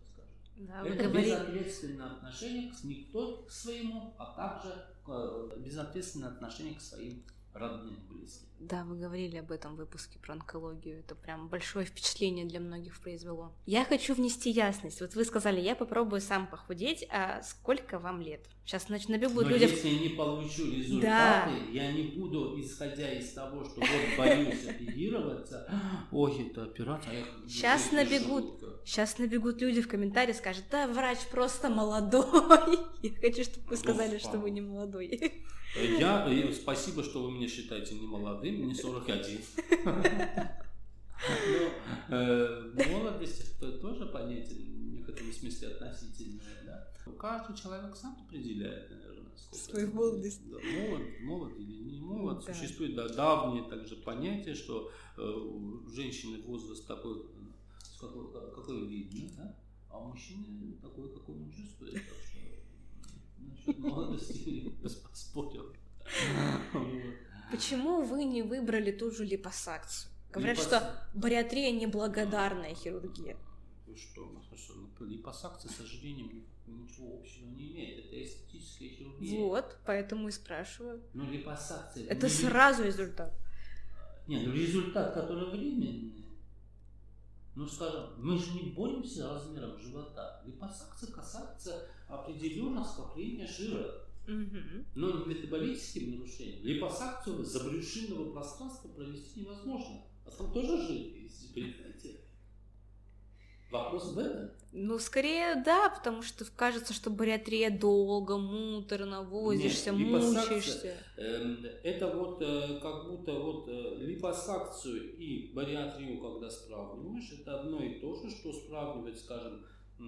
[SPEAKER 1] Да,
[SPEAKER 2] это
[SPEAKER 1] говорили...
[SPEAKER 2] безответственное отношение к, не только к своему, а также э, безответственное отношение к своим родным, близким.
[SPEAKER 1] Да, вы говорили об этом в выпуске про онкологию. Это прям большое впечатление для многих произвело. Я хочу внести ясность. Вот вы сказали, я попробую сам похудеть, а сколько вам лет? Сейчас значит, набегут
[SPEAKER 2] люди.
[SPEAKER 1] люди...
[SPEAKER 2] если я не получу результаты, да. Я не буду, исходя из того, что вот боюсь оперироваться, ой, это операция.
[SPEAKER 1] Сейчас набегут, сейчас набегут люди в комментарии, скажут, да, врач просто молодой. Я хочу, чтобы вы сказали, что вы не молодой.
[SPEAKER 2] Я, спасибо, что вы меня считаете не молодым, мне сорок один. Но э, молодость это тоже понятие в некотором смысле относительное, да. Каждый человек сам определяет, наверное, сколько
[SPEAKER 1] свою молодость.
[SPEAKER 2] Да, молод, молод или не молод. Да. Существует да, давнее также понятие, что э, у женщины возраст такой, какой, какой видно, да? А у мужчины такой, какой он чувствует. Так что насчет молодости поспорил.
[SPEAKER 1] Почему вы не выбрали ту же липосакцию? Говорят, Липос... что бариатрия неблагодарная хирургия.
[SPEAKER 2] Вы что? Липосакция, к сожалению, ничего общего не имеет. Это эстетическая хирургия.
[SPEAKER 1] Вот, поэтому и спрашиваю.
[SPEAKER 2] Но липосакция...
[SPEAKER 1] Это
[SPEAKER 2] не...
[SPEAKER 1] сразу результат.
[SPEAKER 2] Нет, ну результат, который временный. Ну, скажем, мы же не боремся размером живота. Липосакция касается определенного скопления жира,
[SPEAKER 1] Мгм.
[SPEAKER 2] но не метаболическим нарушением. Липосакцию забрюшинного пространства провести невозможно. А там тоже жир есть, понимаете? Вопрос в этом.
[SPEAKER 1] Ну, скорее, да, потому что кажется, что бариатрия долго, муторно, возишься,
[SPEAKER 2] Нет, липосакция,
[SPEAKER 1] мучаешься.
[SPEAKER 2] э, это вот э, как будто вот э, липосакцию и бариатрию, когда сравниваешь, это одно и то же, что сравнивать, скажем,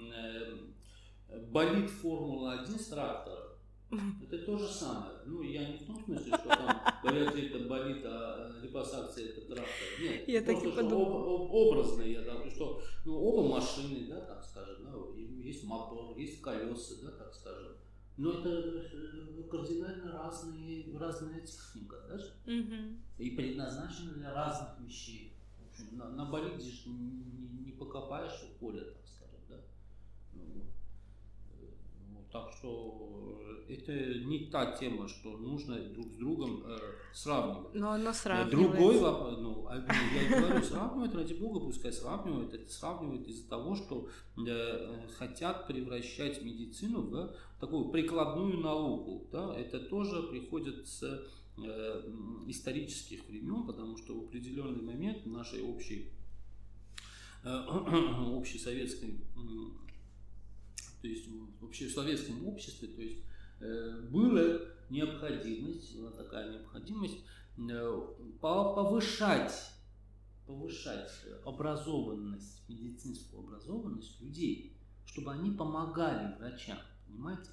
[SPEAKER 2] э, болит Формула-один с трактором. Это то же самое. Ну, я не в том смысле, что там бариатрия это болит, а липосакция это трактор. Нет,
[SPEAKER 1] Я так и
[SPEAKER 2] просто что
[SPEAKER 1] подумала.
[SPEAKER 2] об- об- образно я говорю, что ну, оба машины, да, так скажем, да, есть мотор, есть колеса, да, так скажем. Но это э, кардинально разные, разная техника даже.
[SPEAKER 1] Мгм.
[SPEAKER 2] И предназначена для разных вещей. В общем, на, на болиде же не, не, не покопаешь в поле, так скажем, да. Ну, э, ну, так что э, это не та тема, что нужно друг с другом э, сравнивать.
[SPEAKER 1] Но оно
[SPEAKER 2] Э,
[SPEAKER 1] сравнивается.
[SPEAKER 2] Другой вопрос, ну, а, ну, я и говорю, сравнивают, ради бога, пускай сравнивают, это сравнивают из-за того, что э, э, хотят превращать медицину в такую прикладную науку, да, это тоже приходит с э, м, исторических времен, потому что в определенный момент в нашей общей, э, общесоветской, м, то есть в общесоветском обществе, то есть э, была необходимость, была такая необходимость э, по- повышать, повышать образованность, медицинскую образованность людей, чтобы они помогали врачам, понимаете?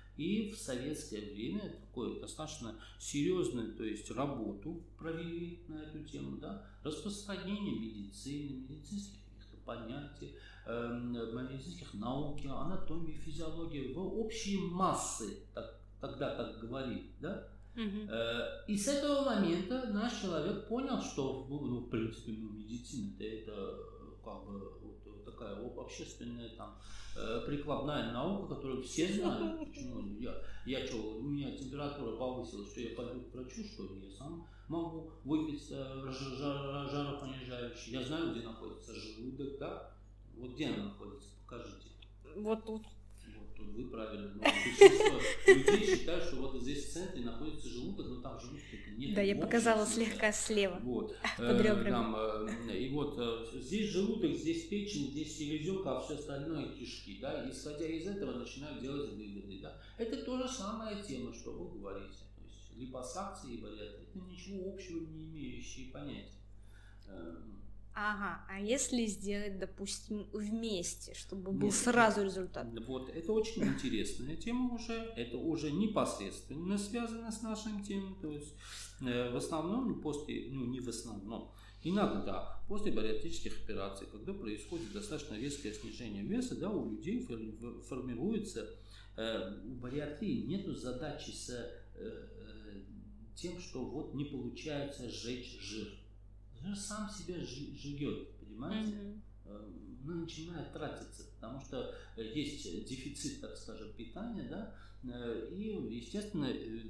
[SPEAKER 2] И в советское время такую достаточно серьезную, то есть работу провели на эту тему, да, распространение медицины, медицинских каких-то понятий, э, медицинских наук, анатомии, физиологии в общие массы, так, тогда так говорили, да.
[SPEAKER 1] Мгм.
[SPEAKER 2] Э, И с этого момента наш человек понял, что, ну, ну, в принципе, ну, медицина-то это э, как бы вот такая об- общественная там э, прикладная наука, которую все знают. Почему я, я что, у меня температура повысилась, что я пойду к врачу, что ли? Я сам могу выпить э, жа- жа- жаропонижающий. Я знаю, где находится желудок, да? Вот где она находится, покажите.
[SPEAKER 1] Вот тут.
[SPEAKER 2] Вот тут вы правильно. Но большинство людей считают, что вот здесь в центре находится желудок, но там желудка нет.
[SPEAKER 1] Да, я
[SPEAKER 2] в
[SPEAKER 1] показала
[SPEAKER 2] общем смысле.
[SPEAKER 1] слегка слева.
[SPEAKER 2] Вот.
[SPEAKER 1] Под
[SPEAKER 2] Э,
[SPEAKER 1] ребрами.
[SPEAKER 2] там, э, и вот э, здесь желудок, здесь печень, здесь селезенка, а все остальное кишки, да, и исходя из этого начинают делать выводы, да. Это то же самая тема, что вы говорите. То есть липосакция и бариатрия — это ничего общего не имеющие понятия. Э,
[SPEAKER 1] Ага, а если сделать, допустим, вместе, чтобы был
[SPEAKER 2] Нет,
[SPEAKER 1] сразу результат?
[SPEAKER 2] Вот, это очень интересная тема уже, это уже непосредственно связано с нашим темой, то есть э, в основном после, ну не в основном, иногда после бариатрических операций, когда происходит достаточно резкое снижение веса, да, у людей фор- формируется, э, у бариатрии нету задачи с э, э, тем, что вот не получается сжечь жир. Жир сам себя жи- жжет, понимаете?
[SPEAKER 1] Мгм.
[SPEAKER 2] Она начинает тратиться, потому что есть дефицит, так скажем, питания, да, и, естественно,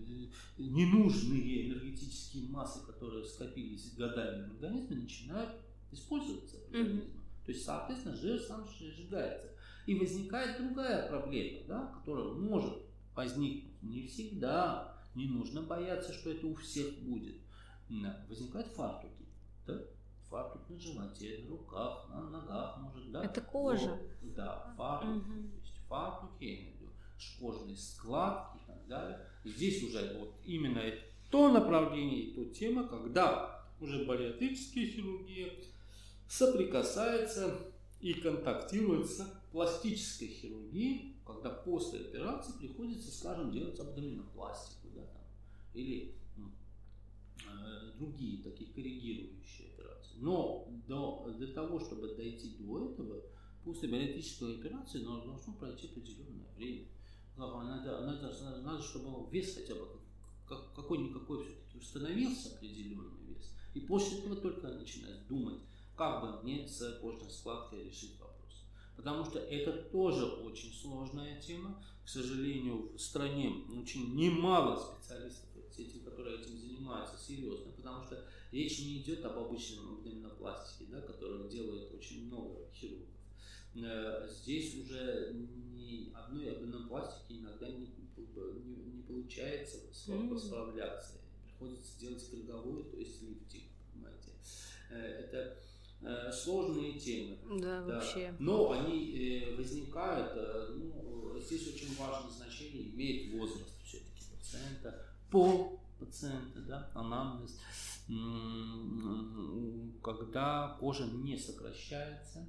[SPEAKER 2] ненужные энергетические массы, которые скопились годами в организме, начинают использоваться организмом. То есть, соответственно, жир сам сжигается. И возникает другая проблема, да, которая может возникнуть не всегда, не нужно бояться, что это у всех будет. Возникают фартуки. Да? Фартук на животе, на руках, на ногах, может, да?
[SPEAKER 1] Это кожа.
[SPEAKER 2] Но, да, фартук,
[SPEAKER 1] Мгм.
[SPEAKER 2] то есть фартуки, я имею в виду, кожные складки и так далее. Здесь уже вот именно то направление и то тема, когда уже бариатрическая хирургия соприкасается и контактирует с пластической хирургией, когда после операции приходится, скажем, делать абдоминопластику, да, там, или другие такие коррегирующие операции. Но до, для того, чтобы дойти до этого, после бариатрической операции должно пройти определенное время. Надо, надо, надо, чтобы вес хотя бы как, какой-никакой все-таки установился, определенный вес. И после этого только начинать думать, как бы мне с кожной складкой решить вопрос. Потому что это тоже очень сложная тема. К сожалению, в стране очень немало специалистов, эти, которые этим занимаются серьезно, потому что Речь не идет об обычном абдоминопластике, да, которую делают очень много хирургов. Здесь уже ни одной абдоминопластики иногда не, не, не получается mm-hmm. справляться. Приходится делать круговую, то есть лифтинг, понимаете. Это сложные темы.
[SPEAKER 1] Да, да. Вообще.
[SPEAKER 2] Но они возникают, ну, здесь очень важное значение имеет возраст все-таки пациента, пол пациента, да, анамнез, когда кожа не сокращается,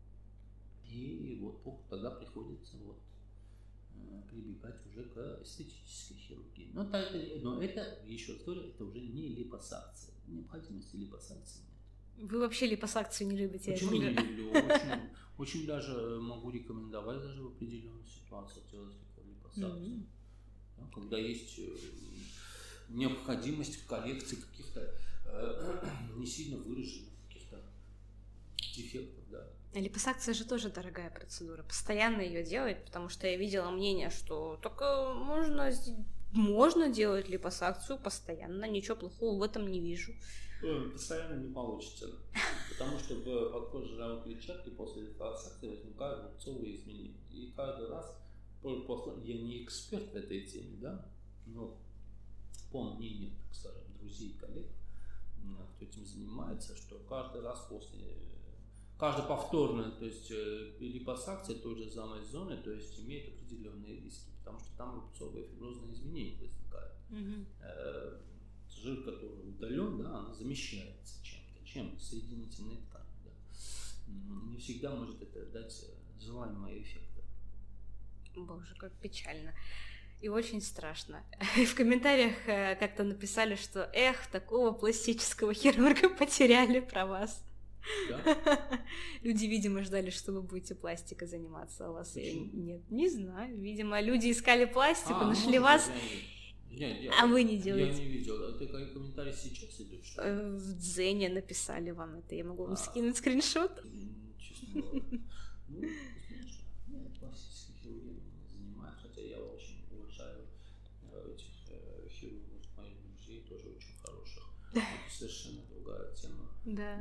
[SPEAKER 2] и вот тогда приходится вот прибегать уже к эстетической хирургии. Но это, но это, еще раз говорю, это уже не липосакция. Необходимости липосакции нет.
[SPEAKER 1] Вы вообще липосакцию не любите?
[SPEAKER 2] Почему не люблю? Очень, очень даже могу рекомендовать даже в определенной ситуации делать липосакцию. Mm-hmm. Да, когда есть необходимость в коррекции каких-то э, не сильно выраженных каких-то дефектов, да.
[SPEAKER 1] Липосакция же тоже дорогая процедура, постоянно ее делать, потому что я видела мнение, что только можно, можно делать липосакцию постоянно, ничего плохого в этом не вижу.
[SPEAKER 2] Постоянно не получится, потому что в подкожной клетчатке после липосакции возникают рубцовые изменения. И каждый раз, я не эксперт в этой теме, да, но по мнению, так скажем, друзей и коллег, кто этим занимается, что каждый раз после, каждая повторная, то есть липосакция той же самой зоны, то есть имеет определенные риски, потому что там рубцовые фиброзные изменения возникают. Mm-hmm. Жир, который удален, да, она замещается чем-то, чем соединительной тканью. Да. Не всегда может это дать желаемого эффекта.
[SPEAKER 1] Боже, как печально. И очень страшно. В комментариях как-то написали, что эх, такого пластического хирурга потеряли про вас.
[SPEAKER 2] Да?
[SPEAKER 1] Люди, видимо, ждали, что вы будете пластикой заниматься, а у вас ее нет. Не знаю. Видимо, люди искали пластику, а, нашли вас,
[SPEAKER 2] я, я,
[SPEAKER 1] а вы не делаете.
[SPEAKER 2] Я не видел. Это какой комментарий сейчас идет? Что?
[SPEAKER 1] В Дзене написали вам это. Я могу вам а, скинуть скриншот.
[SPEAKER 2] Честно говоря. Ну, нет, пластической хирургией не занимаюсь, хотя я очень уважаю этих э, хирургов, моих друзей, тоже очень хороших. Это совершенно другая тема.
[SPEAKER 1] Да.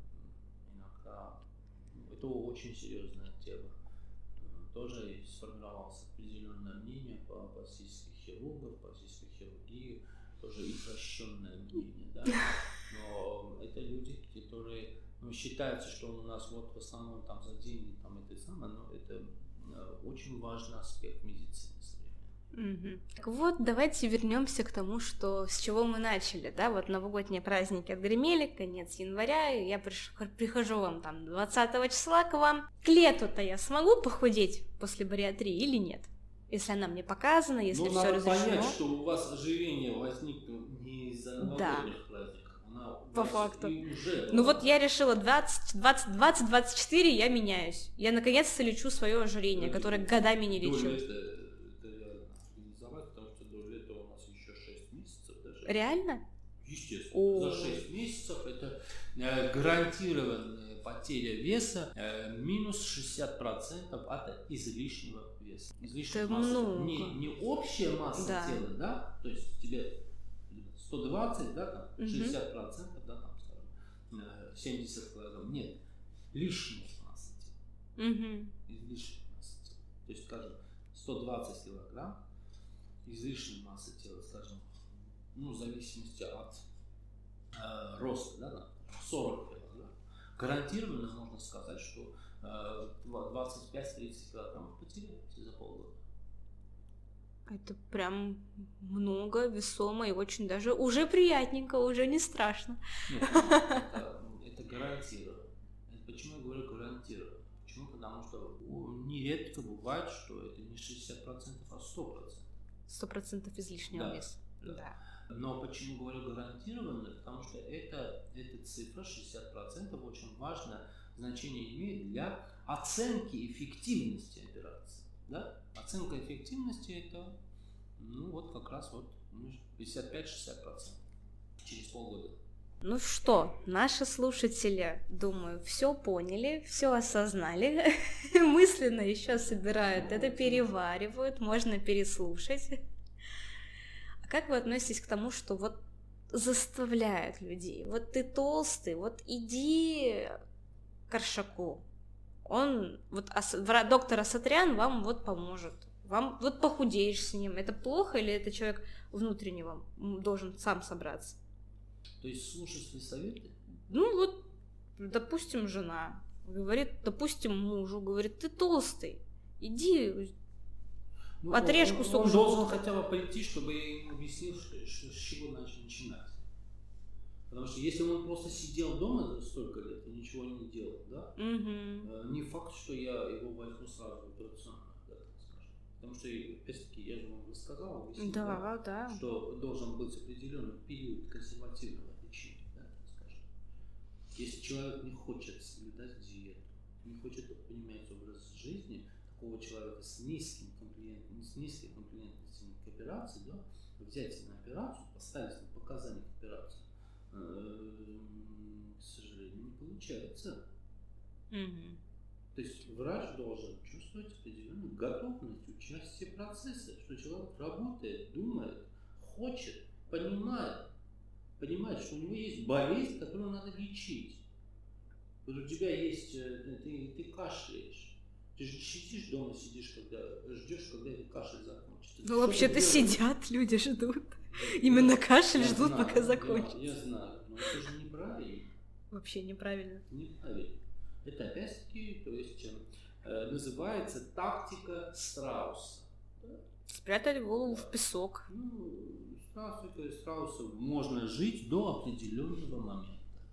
[SPEAKER 2] Иногда это очень серьезная тема. Тоже сформировалось определенное мнение по пластических хирургов, пластической хирургии, тоже извращенное мнение, да. Но это люди, которые, ну, считается, что у нас вот в основном там за деньги там это самое, но это очень важный аспект медицины современной.
[SPEAKER 1] Угу. Так вот, давайте вернемся к тому, что с чего мы начали, да, вот новогодние праздники отгремели, конец января, и я приш... прихожу вам там двадцатого числа к вам. К лету-то я смогу похудеть после бариатрии или нет? Если она мне показана, если
[SPEAKER 2] ну,
[SPEAKER 1] все разрешено.
[SPEAKER 2] Надо понять, что у вас ожирение возникло не из-за новогодних да. праздников.
[SPEAKER 1] По факту. Ну вот я решила двадцать двадцать четыре я меняюсь. Я наконец-то лечу свое ожирение, которое годами не лечу.
[SPEAKER 2] Это, это реально организовать, потому что до лета у нас еще шесть месяцев даже.
[SPEAKER 1] Реально?
[SPEAKER 2] Естественно. О. За шесть месяцев это э, гарантированная потеря веса э, минус шестьдесят процентов от излишнего веса. Излишняя масса. Не, не общая масса да. тела, да? То есть тебе сто двадцать, да, там, шестьдесят процентов, да, там, скажем, семьдесят килограмм. Нет, лишняя масса тела.
[SPEAKER 1] Угу.
[SPEAKER 2] Излишняя масса тела. То есть, скажем, сто двадцать килограмм излишней массы тела, скажем, ну, в зависимости от э, роста, да, там, сорок килограмм. Гарантированно можно сказать, что э, двадцать пять тридцать килограмм потеряете за полгода.
[SPEAKER 1] Это прям много, весомо и очень даже уже приятненько, уже не страшно.
[SPEAKER 2] Нет, это, это гарантированно. Почему я говорю гарантированно? Почему? Потому что нередко бывает, что это не шестьдесят процентов, а сто процентов.
[SPEAKER 1] сто процентов излишнего
[SPEAKER 2] да,
[SPEAKER 1] веса.
[SPEAKER 2] Да. Да. Но почему говорю гарантированно? Потому что это, эта цифра шестьдесят процентов очень важное значение имеет для оценки эффективности операции. Да? Оценка эффективности это, ну вот как раз вот пятьдесят пять шестьдесят процентов через полгода.
[SPEAKER 1] Ну что, наши слушатели, думаю, все поняли, все осознали, мысленно еще собирают это, переваривают, можно переслушать. А как вы относитесь к тому, что вот заставляют людей. Вот ты толстый, вот иди к Аршаку. Он, вот ас, вра- доктор Асатрян вам вот поможет. Вам вот похудеешь с ним. Это плохо или это человек внутренне вам должен сам собраться?
[SPEAKER 2] То есть слушать свои советы?
[SPEAKER 1] Ну вот, допустим, жена говорит, допустим, мужу говорит, ты толстый, иди
[SPEAKER 2] ну,
[SPEAKER 1] отрежь
[SPEAKER 2] он,
[SPEAKER 1] кусок
[SPEAKER 2] он
[SPEAKER 1] желудка.
[SPEAKER 2] должен хотя бы прийти, чтобы я ему объяснил, что, что, с чего начать начинать. Потому что если он просто сидел дома столько лет и ничего не делал, да,
[SPEAKER 1] Угу.
[SPEAKER 2] не факт, что я его возьму сразу в операционную, да, так скажем. Потому что, опять-таки, я же вам рассказал, объяснил,
[SPEAKER 1] Да,
[SPEAKER 2] да,
[SPEAKER 1] да.
[SPEAKER 2] что должен быть определенный период консервативного лечения, да, так скажем. Если человек не хочет соблюдать диету, не хочет поменять образ жизни, такого человека с низким комплиментом, с низкой комплиментностью к операции, да, взять на операцию, поставить на показания к операции, к сожалению, не получается.
[SPEAKER 1] Угу.
[SPEAKER 2] То есть врач должен чувствовать определенную готовность участия в процессе, что человек работает, думает, хочет, понимает, понимает, что у него есть болезнь, которую надо лечить. Вот у тебя есть, ты, ты кашляешь, ты же сидишь дома, сидишь, когда ждешь, когда этот кашель закончится.
[SPEAKER 1] Ну вообще-то сидят, люди ждут. Именно кашель
[SPEAKER 2] я
[SPEAKER 1] ждут,
[SPEAKER 2] знаю,
[SPEAKER 1] пока закончится.
[SPEAKER 2] Я, я знаю, но это же неправильно.
[SPEAKER 1] Вообще неправильно.
[SPEAKER 2] Неправильно. Это опять-таки, то есть э, называется тактика страуса. Да?
[SPEAKER 1] Спрятать голову
[SPEAKER 2] да.
[SPEAKER 1] в песок.
[SPEAKER 2] Ну, с тактикой страуса можно жить до определенного момента.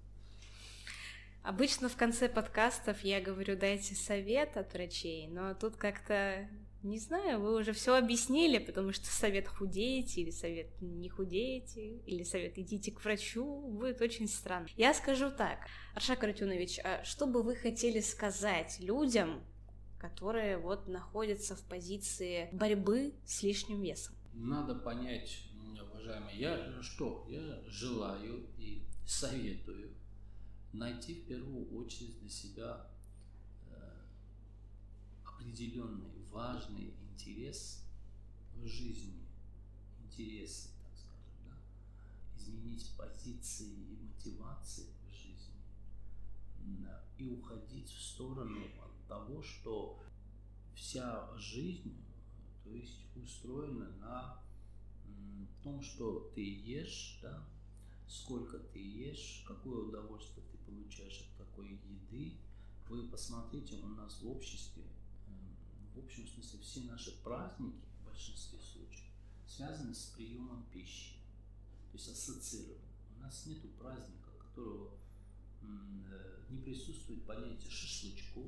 [SPEAKER 1] Обычно в конце подкастов я говорю, дайте совет от врачей, но тут как-то, не знаю, вы уже все объяснили, потому что совет худеете, или совет не худеете, или совет идите к врачу, будет очень странно. Я скажу так, Аршак Арутюнович, а что бы вы хотели сказать людям, которые вот находятся в позиции борьбы с лишним весом?
[SPEAKER 2] Надо понять, уважаемые, я что, я желаю и советую найти в первую очередь для себя э, определенный важный интерес в жизни, интересы, так скажем, да? Изменить позиции и мотивации в жизни, да? И уходить в сторону от того, что вся жизнь, то есть устроена на м, том, что ты ешь, да? Сколько ты ешь, какое удовольствие ты получаешь от такой еды. Вы посмотрите, у нас в обществе, в общем смысле, все наши праздники в большинстве случаев связаны с приемом пищи, то есть ассоциированы. У нас нет праздника, которого не присутствует понятие шашлычков.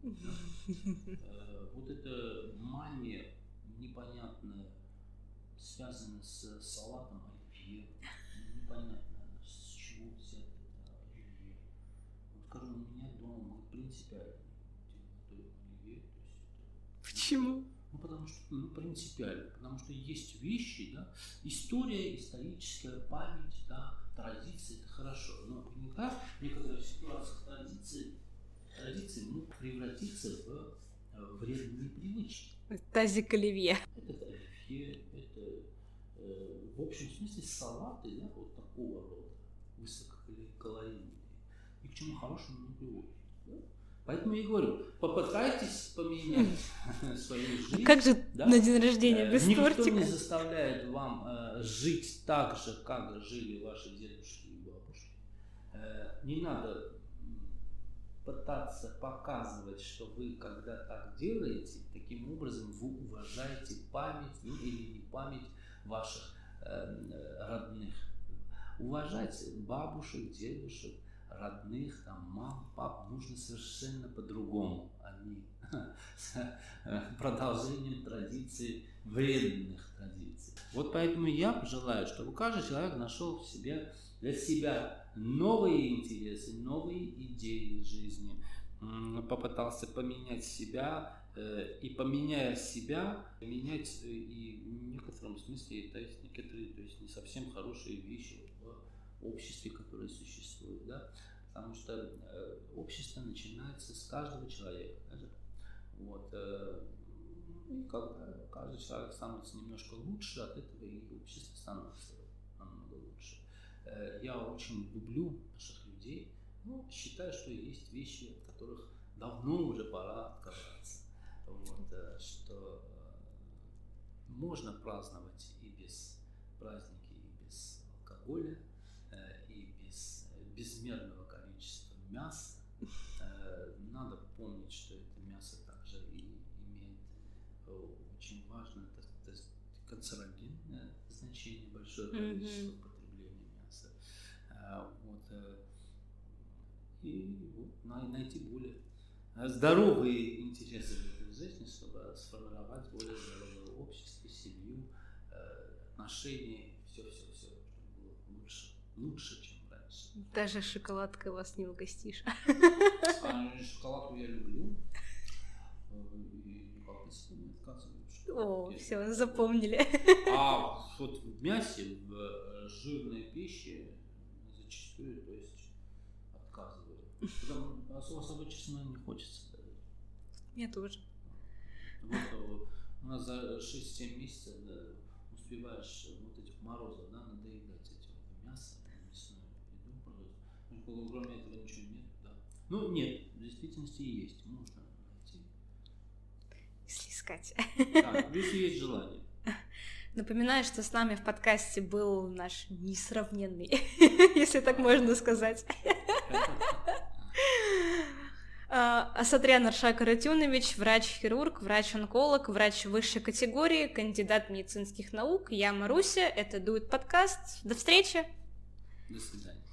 [SPEAKER 2] Вот эта мания непонятная, связанная с салатом оливье. Непонятно, с чего взять это оливье. Вот, скажем, у меня дома мы принципиально готовим оливье.
[SPEAKER 1] Почему?
[SPEAKER 2] Ну, потому что, ну, принципиально, потому что есть вещи, да, история, историческая память, да, традиции, это хорошо. Но иногда в некоторых ситуациях традиции, традиции могут превратиться в э, вредные привычки.
[SPEAKER 1] Тазик оливье.
[SPEAKER 2] Это оливье, это в общем смысле салаты, да, вот такого рода, высококалорийные, и к чему хорошему не приводит. Да? Поэтому я говорю, попытайтесь поменять свою жизнь.
[SPEAKER 1] Как же
[SPEAKER 2] да?
[SPEAKER 1] на день рождения без
[SPEAKER 2] Никто
[SPEAKER 1] тортика?
[SPEAKER 2] Никто не заставляет вам э, жить так же, как жили ваши дедушки и бабушки. Э, не надо пытаться показывать, что вы, когда так делаете, таким образом вы уважаете память, ну, или не память ваших э, родных. Уважать бабушек, дедушек, родных, там, мам, пап нужно совершенно по-другому, а не с продолжением традиций, вредных традиций. Вот поэтому я желаю, чтобы каждый человек нашел в себе для себя новые интересы, новые идеи жизни, попытался поменять себя, и поменяя себя, менять и в некотором смысле, то есть некоторые, то есть не совсем хорошие вещи в обществе, которое существует, да, потому что э, общество начинается с каждого человека, даже, вот, э, и когда каждый человек становится немножко лучше, от этого и общество становится намного лучше. Я очень люблю наших людей, но считаю, что есть вещи, от которых давно уже пора отказаться. Вот, что можно праздновать и без праздники, и без алкоголя, и без безмерного количества мяса. Надо помнить, что это мясо также и имеет очень важное канцерогенное значение, большое количество mm-hmm. потребления мяса. Вот. И вот, найти более здоровые интересы в этой жизни, чтобы сформировать более здоровое общество, семью, отношения, все-все-все, чтобы было лучше, лучше, чем раньше.
[SPEAKER 1] Даже шоколадкой вас не угостишь.
[SPEAKER 2] А шоколадку я люблю. И никак из этого не отказываюсь.
[SPEAKER 1] О, все, запомнили.
[SPEAKER 2] А вот в мясе, в жирной пище зачастую, то есть, отказываю. Потому особо, честно, не хочется.
[SPEAKER 1] Мне тоже.
[SPEAKER 2] Вот у нас за шесть-семь месяцев, да, успеваешь вот этих морозов, да, надоедать этим мясо, мясную еду, пожалуйста. Кроме этого ничего нет, да. Ну, нет, в действительности и есть, можно найти.
[SPEAKER 1] Если искать.
[SPEAKER 2] Да, если есть желание.
[SPEAKER 1] Напоминаю, что с нами в подкасте был наш несравненный, если так можно сказать, Асатрян Аршак Аратюнович, врач-хирург, врач-онколог, врач высшей категории, кандидат медицинских наук. Я Маруся, это Дует подкаст. До встречи!
[SPEAKER 2] До свидания.